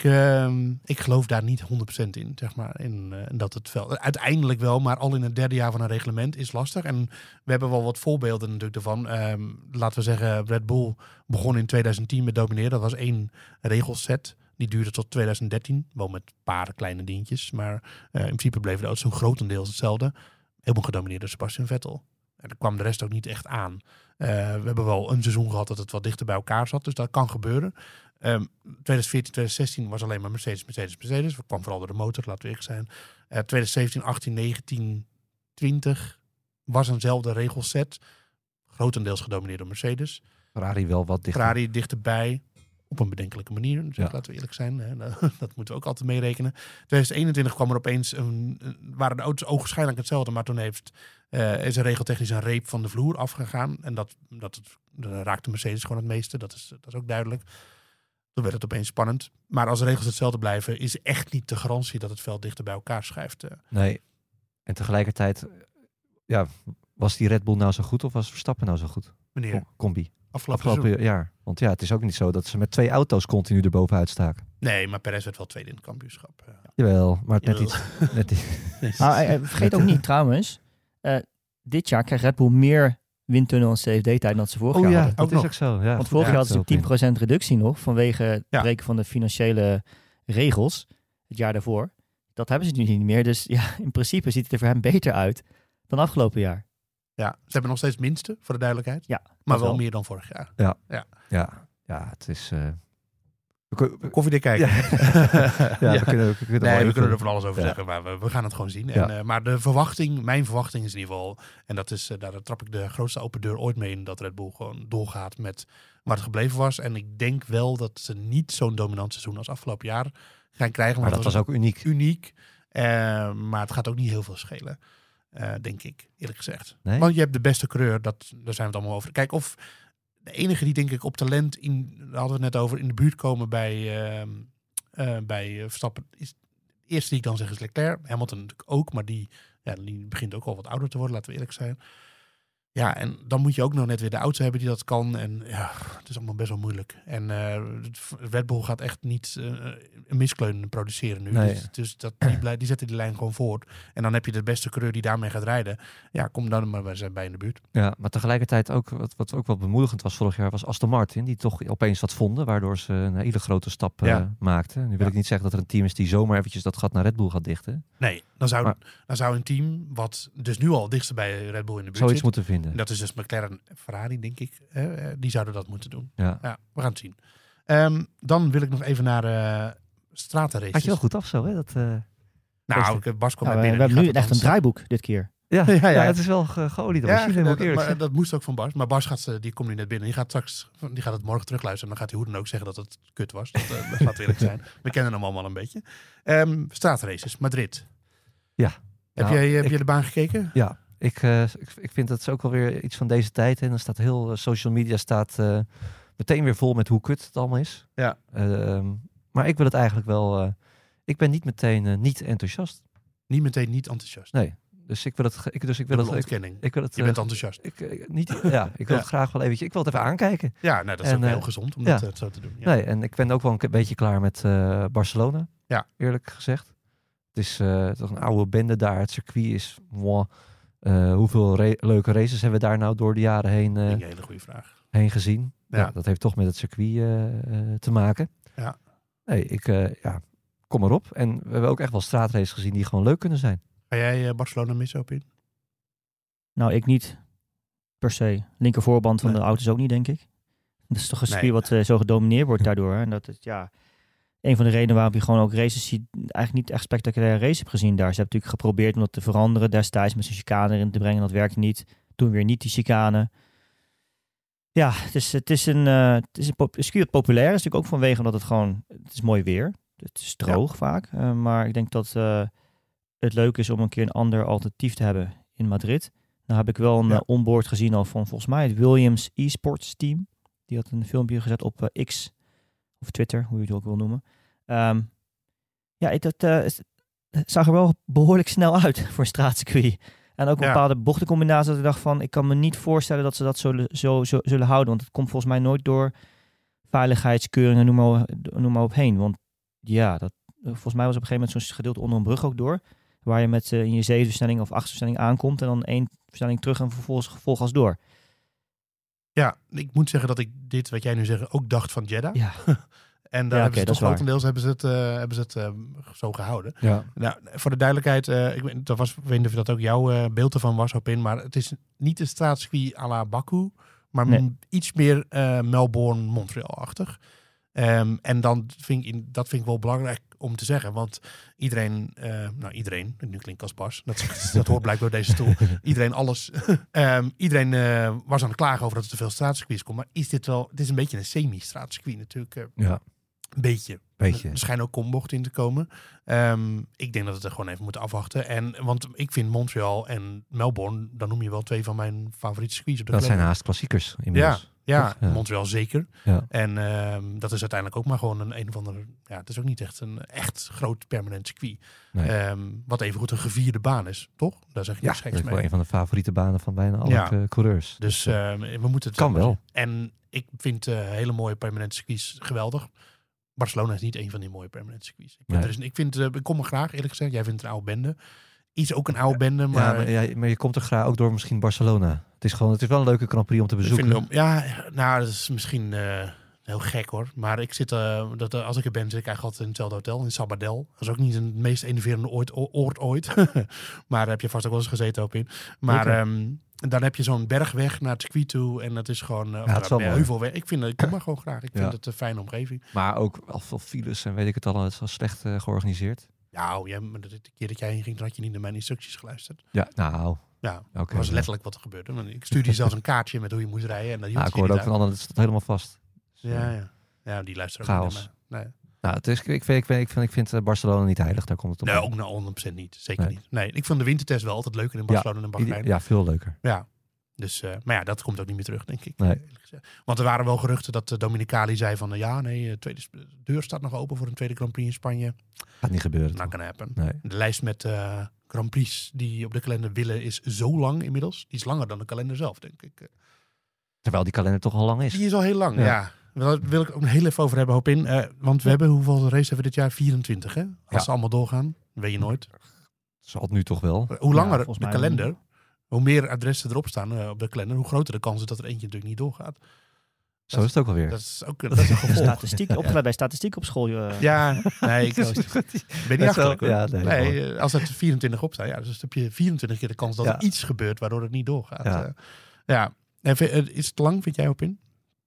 ik geloof daar niet 100% in, zeg maar. In dat het veld. Uiteindelijk wel, maar al in het derde jaar van een reglement is lastig. En we hebben wel wat voorbeelden natuurlijk ervan. Laten we zeggen, Red Bull begon in 2010 met domineren. Dat was 1 regelset. Die duurde tot 2013. Wel met een paar kleine dingetjes. Maar in principe bleven de auto's zo'n grotendeels hetzelfde. Helemaal gedomineerd door Sebastian Vettel. En daar kwam de rest ook niet echt aan. We hebben wel een seizoen gehad dat het wat dichter bij elkaar zat. Dus dat kan gebeuren. 2014, 2016 was alleen maar Mercedes. Dat kwam vooral door de motor, laten we eerlijk zijn. 2017, 18, 19, 20 was eenzelfde regelset. Grotendeels gedomineerd door Mercedes. Ferrari wel wat dichter. Ferrari dichterbij. Op een bedenkelijke manier, dus laten we eerlijk zijn. Hè. Dat moeten we ook altijd meerekenen. 2021 kwam er opeens waren de auto's ogenschijnlijk hetzelfde, maar toen is er regeltechnisch een reep van de vloer afgegaan. En dat raakte Mercedes gewoon het meeste. Dat is ook duidelijk. Toen werd het opeens spannend. Maar als de regels hetzelfde blijven, is echt niet de garantie dat het veld dichter bij elkaar schuift. Nee. En tegelijkertijd, was die Red Bull nou zo goed of was Verstappen nou zo goed? Wanneer? Combi. Afgelopen jaar. Want ja, het is ook niet zo dat ze met 2 auto's continu erbovenuit staken. Nee, maar Perez werd wel tweede in het kampioenschap. Jawel, maar net iets. Vergeet ook niet trouwens, dit jaar krijgt Red Bull meer windtunnel en CFD-tijd dan ze vorig jaar hadden. Dat is ook zo. Ja, want vorig jaar hadden ze 10% reductie nog vanwege het breken van de financiële regels het jaar daarvoor. Dat hebben ze nu niet meer. Dus ja, in principe ziet het er voor hem beter uit dan afgelopen jaar. Ja, ze hebben nog steeds minste, voor de duidelijkheid. Ja, maar wel meer dan vorig jaar. Ja, het is... Koffiedik kijken. We kunnen er van alles over zeggen, maar we gaan het gewoon zien. Ja. En, maar mijn verwachting is in ieder geval, en dat is, daar trap ik de grootste open deur ooit mee in, dat Red Bull gewoon doorgaat met waar het gebleven was. En ik denk wel dat ze niet zo'n dominant seizoen als afgelopen jaar gaan krijgen. Maar dat was ook uniek. Maar het gaat ook niet heel veel schelen. Denk ik, eerlijk gezegd. Nee? Want je hebt de beste coureur, daar zijn we het allemaal over. Kijk, of de enige die denk ik op talent, daar hadden we het net over, in de buurt komen bij Verstappen, is de eerste die ik dan zeg is Leclerc. Hamilton natuurlijk ook, maar die begint ook al wat ouder te worden, laten we eerlijk zijn. Ja, en dan moet je ook nog net weer de oudste hebben die dat kan. En ja, het is allemaal best wel moeilijk. En Red Bull gaat echt niet een miskleun produceren nu. Nee. Dus die zetten die lijn gewoon voort. En dan heb je de beste coureur die daarmee gaat rijden. Ja, kom dan maar bij in de buurt. Ja, maar tegelijkertijd ook, wat ook wel bemoedigend was vorig jaar, was Aston Martin. Die toch opeens wat vonden, waardoor ze een hele grote stap maakten. Nu wil ik niet zeggen dat er een team is die zomaar eventjes dat gat naar Red Bull gaat dichten. Nee, dan zou een team wat dus nu al dichtst bij Red Bull in de buurt zoiets zit, moeten vinden. Dat is dus McLaren en Ferrari, denk ik. Die zouden dat moeten doen. Ja, we gaan het zien. Dan wil ik nog even naar stratenraces. Gaat je wel goed af zo, hè? Bas kwam binnen. We hebben nu echt een draaiboek dit keer. Ja, het is wel geolied. Maar dat moest ook van Bas. Maar Bas die komt nu net binnen. Die gaat het morgen terugluisteren. Dan gaat hij hoe dan ook zeggen dat het kut was. Dat laat eerlijk zijn. We kennen hem allemaal een beetje. Straatraces, Madrid. Ja. Heb je de baan gekeken? Ja. Ik vind dat is ook wel weer iets van deze tijd. En dan staat heel social media meteen weer vol met hoe kut het allemaal is. Ja. Maar ik wil het eigenlijk wel... ik ben niet meteen niet enthousiast. Niet meteen niet enthousiast? Nee. Dus ik wil het... ontkenning. Je bent enthousiast. Ik wil het graag wel eventjes... Ik wil het even aankijken. Ja, dat is ook heel gezond om dat zo te doen. Ja. Nee, en ik ben ook wel een beetje klaar met Barcelona. Ja. Eerlijk gezegd. Het is toch een oude bende daar. Het circuit is... hoeveel leuke races hebben we daar nou door de jaren heen... een hele goede vraag. Heen gezien. Ja. Ja, dat heeft toch met het circuit te maken. Ja. Nee, kom erop. En we hebben ook echt wel straatraces gezien die gewoon leuk kunnen zijn. Ga jij Barcelona missen op in? Nou, ik niet per se. Linker voorband van de auto's ook niet, denk ik. Dat is toch een circuit wat zo gedomineerd wordt daardoor. Hè? En dat is een van de redenen waarom je gewoon ook races ziet, eigenlijk niet echt spectaculaire races hebt gezien daar. Ze hebben natuurlijk geprobeerd om dat te veranderen destijds met zijn chicane erin te brengen. Dat werkte niet. Toen weer niet die chicane. Ja, het is een circuit dat populair is. Natuurlijk ook vanwege omdat het is mooi weer. Het is droog vaak. Maar ik denk dat het leuk is om een keer een ander alternatief te hebben in Madrid. Nou heb ik wel een onboard gezien al van volgens mij het Williams eSports team. Die had een filmpje gezet op X of Twitter, hoe je het ook wil noemen. Het zag er wel behoorlijk snel uit voor een straatcircuit. En ook een bepaalde bochtencombinatie dat ik dacht van, ik kan me niet voorstellen dat ze dat zo zullen houden. Want het komt volgens mij nooit door veiligheidskeuringen, noem maar op heen. Want volgens mij was op een gegeven moment zo'n gedeelte onder een brug ook door. Waar je met in je zevende versnelling of achtste versnelling aankomt. En dan 1 versnelling terug en vervolgens vol gas door. Ja, ik moet zeggen dat ik dit, wat jij nu zegt, ook dacht van Jeddah. Ja. En daar hebben ze toch grotendeels hebben ze het zo gehouden. Ja. Nou, voor de duidelijkheid, ik weet niet of dat ook jouw beeld ervan was op in, maar het is niet een straatcircuit à la Baku, maar iets meer Melbourne-Montreal-achtig. En dan vind ik wel belangrijk om te zeggen, want iedereen, nu klinkt als Bas, dat hoort blijkbaar door deze stoel. Iedereen was aan het klagen over dat er te veel straatcircuits komt, maar het is een beetje een semi-straatcircuit natuurlijk. Een beetje. Er schijnen ook kombochten in te komen. Ik denk dat we het er gewoon even moeten afwachten. Want ik vind Montreal en Melbourne, dan noem je wel 2 van mijn favoriete circuits. Dat zijn haast klassiekers inmiddels. Ja, Ja. Montreal zeker. Ja. En dat is uiteindelijk ook maar gewoon een of andere... Ja, het is ook niet echt een echt groot permanent circuit. Nee. Wat evengoed een gevierde baan is, toch? Daar zeg je niks Dat geks is mee. wel een van de favoriete banen van bijna alle coureurs. Dus we moeten het kan maar wel. zien. En ik vind hele mooie permanente circuits geweldig. Barcelona is niet een van die mooie permanente circuits. Ik kom er graag, eerlijk gezegd. Jij vindt het een oude bende. Is ook een oude bende, maar... Maar je komt er graag ook door misschien Barcelona. Het is wel een leuke Grand Prix om te bezoeken. Dat is misschien heel gek hoor. Maar ik zit, als ik er ben, zit ik eigenlijk altijd in hetzelfde hotel, in Sabadell. Dat is ook niet het meest enerverende oord ooit. Maar daar heb je vast ook wel eens gezeten op in. Maar dan heb je zo'n bergweg naar het circuit toe. En dat is gewoon heuvelweg. Ik kom maar gewoon graag. Ik vind het een fijne omgeving. Maar ook al veel files en weet ik het al. Het is wel slecht georganiseerd. Ja, maar de keer dat jij heen ging, dan had je niet naar mijn instructies geluisterd. Ja, nou... Ja, dat was letterlijk wat er gebeurde. Want ik stuurde je zelfs een kaartje met hoe je moest rijden. En dan ik hoorde ook van anderen, het staat helemaal vast. Dus, ja, die luisteren ook niet naar mij. Nee. Ik vind Barcelona niet heilig, daar komt het op. Nee, ook 100% niet. Zeker niet. Nee, ik vond de wintertest wel altijd leuker in Barcelona en Bahrein. Ja, veel leuker. Ja, dus, maar ja, dat komt ook niet meer terug, denk ik. Nee. Want er waren wel geruchten dat Dominicali zei van... de deur staat nog open voor een tweede Grand Prix in Spanje. Gaat niet gebeuren. Not gonna happen. Nee. De lijst met Grand Prix die op de kalender willen is zo lang inmiddels. Die is langer dan de kalender zelf, denk ik. Terwijl die kalender toch al lang is. Die is al heel lang, ja. Daar wil ik ook nog heel even over hebben, hoop in. Want we hebben, hoeveel races hebben we dit jaar? 24, hè? Als ze allemaal doorgaan, weet je nooit. Zal het nu toch wel. Hoe langer de kalender, hoe meer adressen erop staan op de kalender, hoe groter de kans is dat er eentje natuurlijk niet doorgaat. Zo is het ook alweer. Dat is een gevolg. Statistiek, opgeleid bij statistiek op school. Ja, nee, ik ben niet achterlijk. Ja, als het 24 op staat, dus heb je 24 keer de kans dat er iets gebeurt waardoor het niet doorgaat. Is het te lang, vind jij op in?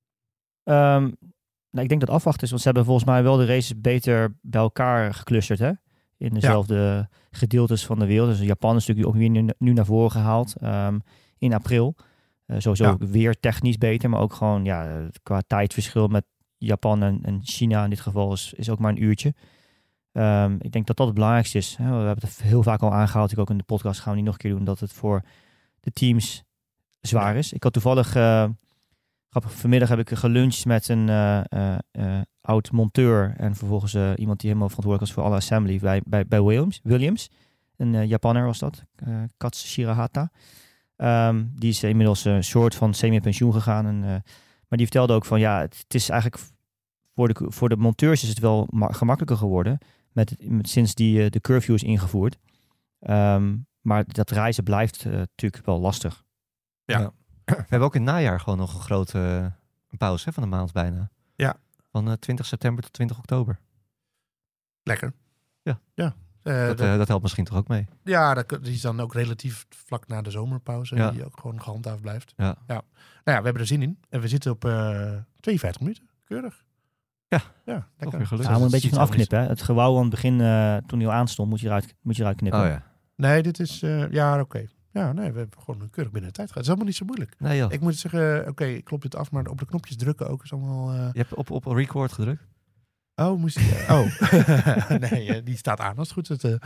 Ik denk dat afwachten is, want ze hebben volgens mij wel de races beter bij elkaar geclusterd, hè? In dezelfde gedeeltes van de wereld. Dus Japan is natuurlijk ook weer nu naar voren gehaald in april. Sowieso weer technisch beter, maar ook gewoon qua tijdverschil met Japan en China in dit geval is ook maar een uurtje. Ik denk dat dat het belangrijkste is. Hè? We hebben het heel vaak al aangehaald. Ook in de podcast gaan we niet nog een keer doen, dat het voor de teams zwaar is. Ik had toevallig, vanmiddag heb ik geluncht met een oud monteur en vervolgens iemand die helemaal verantwoordelijk was voor alle assembly bij Williams. Een Japanner was dat, Katsu Shirahata. Die is inmiddels een soort van semi-pensioen gegaan. Maar die vertelde ook van het is eigenlijk voor de monteurs is het wel gemakkelijker geworden sinds de curfew is ingevoerd. Maar dat reizen blijft natuurlijk wel lastig. Ja. We hebben ook in het najaar gewoon nog een grote pauze van een maand bijna. Ja. Van 20 september tot 20 oktober. Lekker. Ja. Dat helpt misschien toch ook mee. Ja, die is dan ook relatief vlak na de zomerpauze. Die ook gewoon gehandhaafd blijft. Ja. Nou ja, we hebben er zin in. En we zitten op 52 minuten. Keurig. Ja, lekker. We moeten een beetje van afknippen. Hè? Het gewauw aan het begin, toen hij al aanstond, moet je eruit knippen. Oh ja. Nee, dit is... oké. Ja, nee, we hebben gewoon keurig binnen de tijd gehad. Het is allemaal niet zo moeilijk. Nee, joh. Ik moet zeggen, ik klop dit af, maar op de knopjes drukken ook is allemaal... Je hebt op record gedrukt? Oh, moest je... nee, die staat aan als het goed is.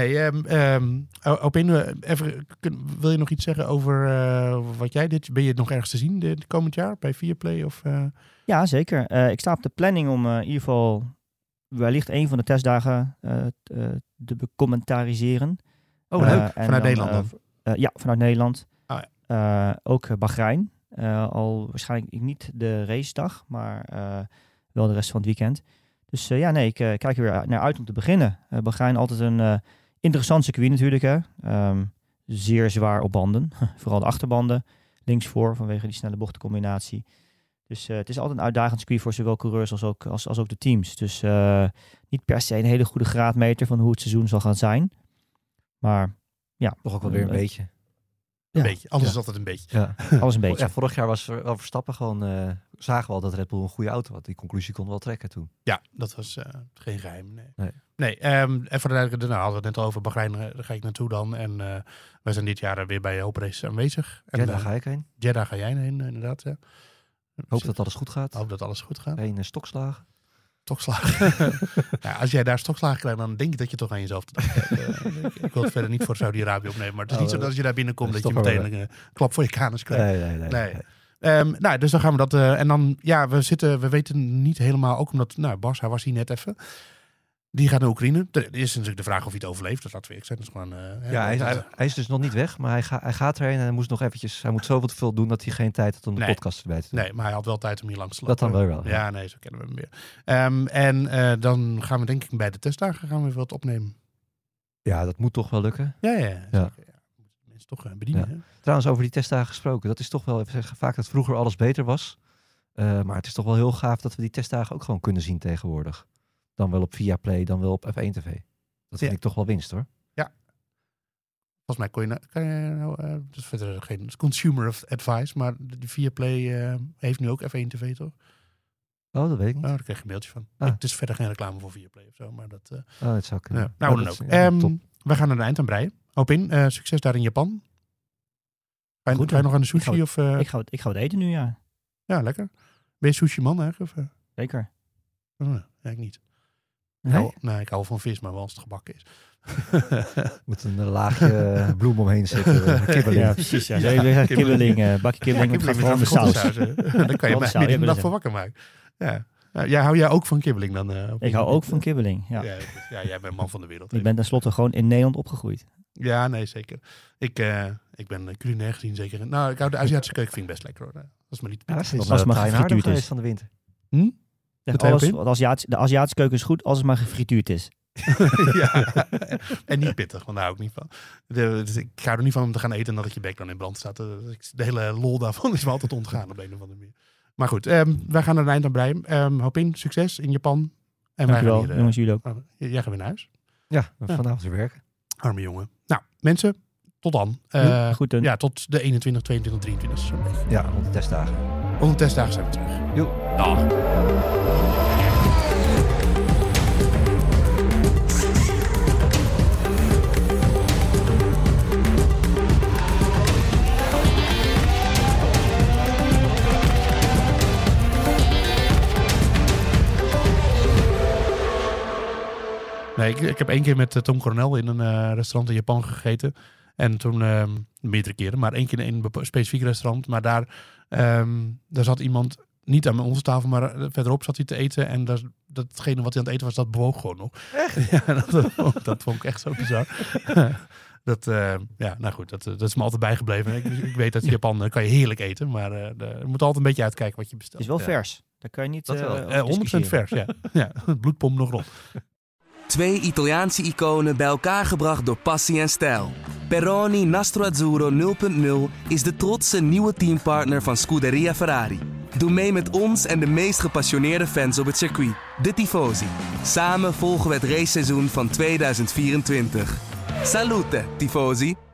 Wil je nog iets zeggen over wat jij ben je nog ergens te zien dit komend jaar bij Viaplay? Of, Ja, zeker. Ik sta op de planning om in ieder geval wellicht een van de testdagen te becommentaliseren. Oh, leuk. Vanuit Nederland dan? Vanuit Nederland. Oh, ja. Ook Bahrein. Al waarschijnlijk niet de racedag, maar wel de rest van het weekend. Dus ik kijk er weer naar uit om te beginnen. Bahrein altijd een interessant circuit natuurlijk. Hè? Zeer zwaar op banden. Vooral de achterbanden. Linksvoor vanwege die snelle bochtencombinatie. Dus het is altijd een uitdagend circuit voor zowel coureurs als ook de teams. Dus niet per se een hele goede graadmeter van hoe het seizoen zal gaan zijn. Maar ja. Toch ook wel weer een beetje. Een beetje. Alles is altijd een beetje. Ja. Alles een beetje. Ja, vorig jaar was wel Verstappen gewoon... zagen we al dat Red Bull een goede auto had. Die conclusie kon wel trekken toen. Ja, dat was geen geheim. Nee. En voor de duidelijkheid, hadden we het net al over Bahrein. Daar ga ik naartoe dan. En wij zijn dit jaar weer bij Hoop Races aanwezig. Jeddah ga ik heen. Jeddah ga jij heen, inderdaad. Ja. Hoop dat alles goed gaat. Hoop dat alles goed gaat. Geen stokslagen. Stokslagen. Als jij daar stokslagen krijgt, dan denk ik dat je toch aan jezelf te denken. Ik wil het verder niet voor Saudi-Arabië opnemen. Maar het is niet zo dat als je daar binnenkomt dat je meteen een klap voor je kanus krijgt. Nee. Dus dan gaan we dat... en dan, we weten niet helemaal... Ook omdat, Bas, hij was hier net even... Die gaat naar Oekraïne. Er is natuurlijk de vraag of hij het overleeft. Dat laten we eerlijk zijn. Dus gewoon, hij is dus nog niet weg, maar hij gaat erheen en hij moest nog eventjes... Hij moet zoveel doen dat hij geen tijd had om de podcast erbij te doen. Nee, maar hij had wel tijd om hier langs te lopen. Dat dan wel. Ja, nee, zo kennen we hem weer. Dan gaan we denk ik bij de testdagen gaan we even wat opnemen. Ja, dat moet toch wel lukken. Ja. Mensen toch bedienen. Ja. Trouwens, over die testdagen gesproken. Dat is toch wel, even zeggen, vaak dat vroeger alles beter was. Maar het is toch wel heel gaaf dat we die testdagen ook gewoon kunnen zien tegenwoordig. Dan wel op Viaplay, dan wel op F1 TV. Dat vind ik toch wel winst, hoor. Ja. Volgens mij kan je nou dat is verder geen consumer of advice, maar die Viaplay heeft nu ook F1 TV, toch? Oh, dat weet ik niet. Daar kreeg je een mailtje van. Het is verder geen reclame voor Viaplay of zo, maar dat... dat zou kunnen. Dan ook. We gaan naar de eind aan breien. Hoop in. Succes daar in Japan. Ga je nog aan de sushi? Ik ga wat eten nu, ja. Ja, lekker. Ben je sushi man eigenlijk? Of? Zeker. Ik niet. Nee? Ik hou van vis, maar wel als het gebakken is. Moet een laagje bloem omheen zitten. Kibbeling. Ja, precies. Ja. Kibbeling, bakje kibbeling met gevormde saus. Dan kan je mij midden in de dag voor wakker maken. Ja. Hou jij ook van kibbeling dan? Ik hou ook van kibbeling, ja. Jij bent man van de wereld. Ik ben tenslotte gewoon in Nederland opgegroeid. Ja, nee, zeker. Ik ben culinair gezien zeker. Ik hou de Aziatische keuken vind ik best lekker, hoor. Dat is maar niet... als het maar gefrituurd is. Van de winter. De Aziatische keuken is goed als het maar gefrituurd is. En niet pittig, want daar hou ik niet van. Ik ga er niet van om te gaan eten nadat je bek dan in brand staat. De hele lol daarvan is me altijd ontgaan op een of andere manier. Maar goed, wij gaan naar het eind aan breien. Hoop in, succes in Japan. En dankjewel, jongens, jullie ook. Jij gaat weer naar huis. Ja, vanavond weer werken. Arme jongen. Nou, mensen, tot dan. Goed dan. Ja, tot de 21, 22, 23. Zo'n beetje. Ja, rond de testdagen. Rond de testdagen zijn we terug. Jo. Dag. Nee, ik heb 1 keer met Tom Coronel in een restaurant in Japan gegeten. En toen, meerdere keren, maar 1 keer in een specifiek restaurant. Maar daar zat iemand, niet aan onze tafel, maar verderop zat hij te eten. En datgene wat hij aan het eten was, dat bewoog gewoon nog. Echt? Ja, dat vond ik echt zo bizar. Nou goed, dat is me altijd bijgebleven. Ik weet dat in Japan kan je heerlijk eten, maar je moet altijd een beetje uitkijken wat je bestelt. Het is wel vers. Daar kan je niet 100% vers, ja. Het bloedpomp nog rond. 2 Italiaanse iconen bij elkaar gebracht door passie en stijl. Peroni Nastro Azzurro 0.0 is de trotse nieuwe teampartner van Scuderia Ferrari. Doe mee met ons en de meest gepassioneerde fans op het circuit, de Tifosi. Samen volgen we het raceseizoen van 2024. Salute, Tifosi!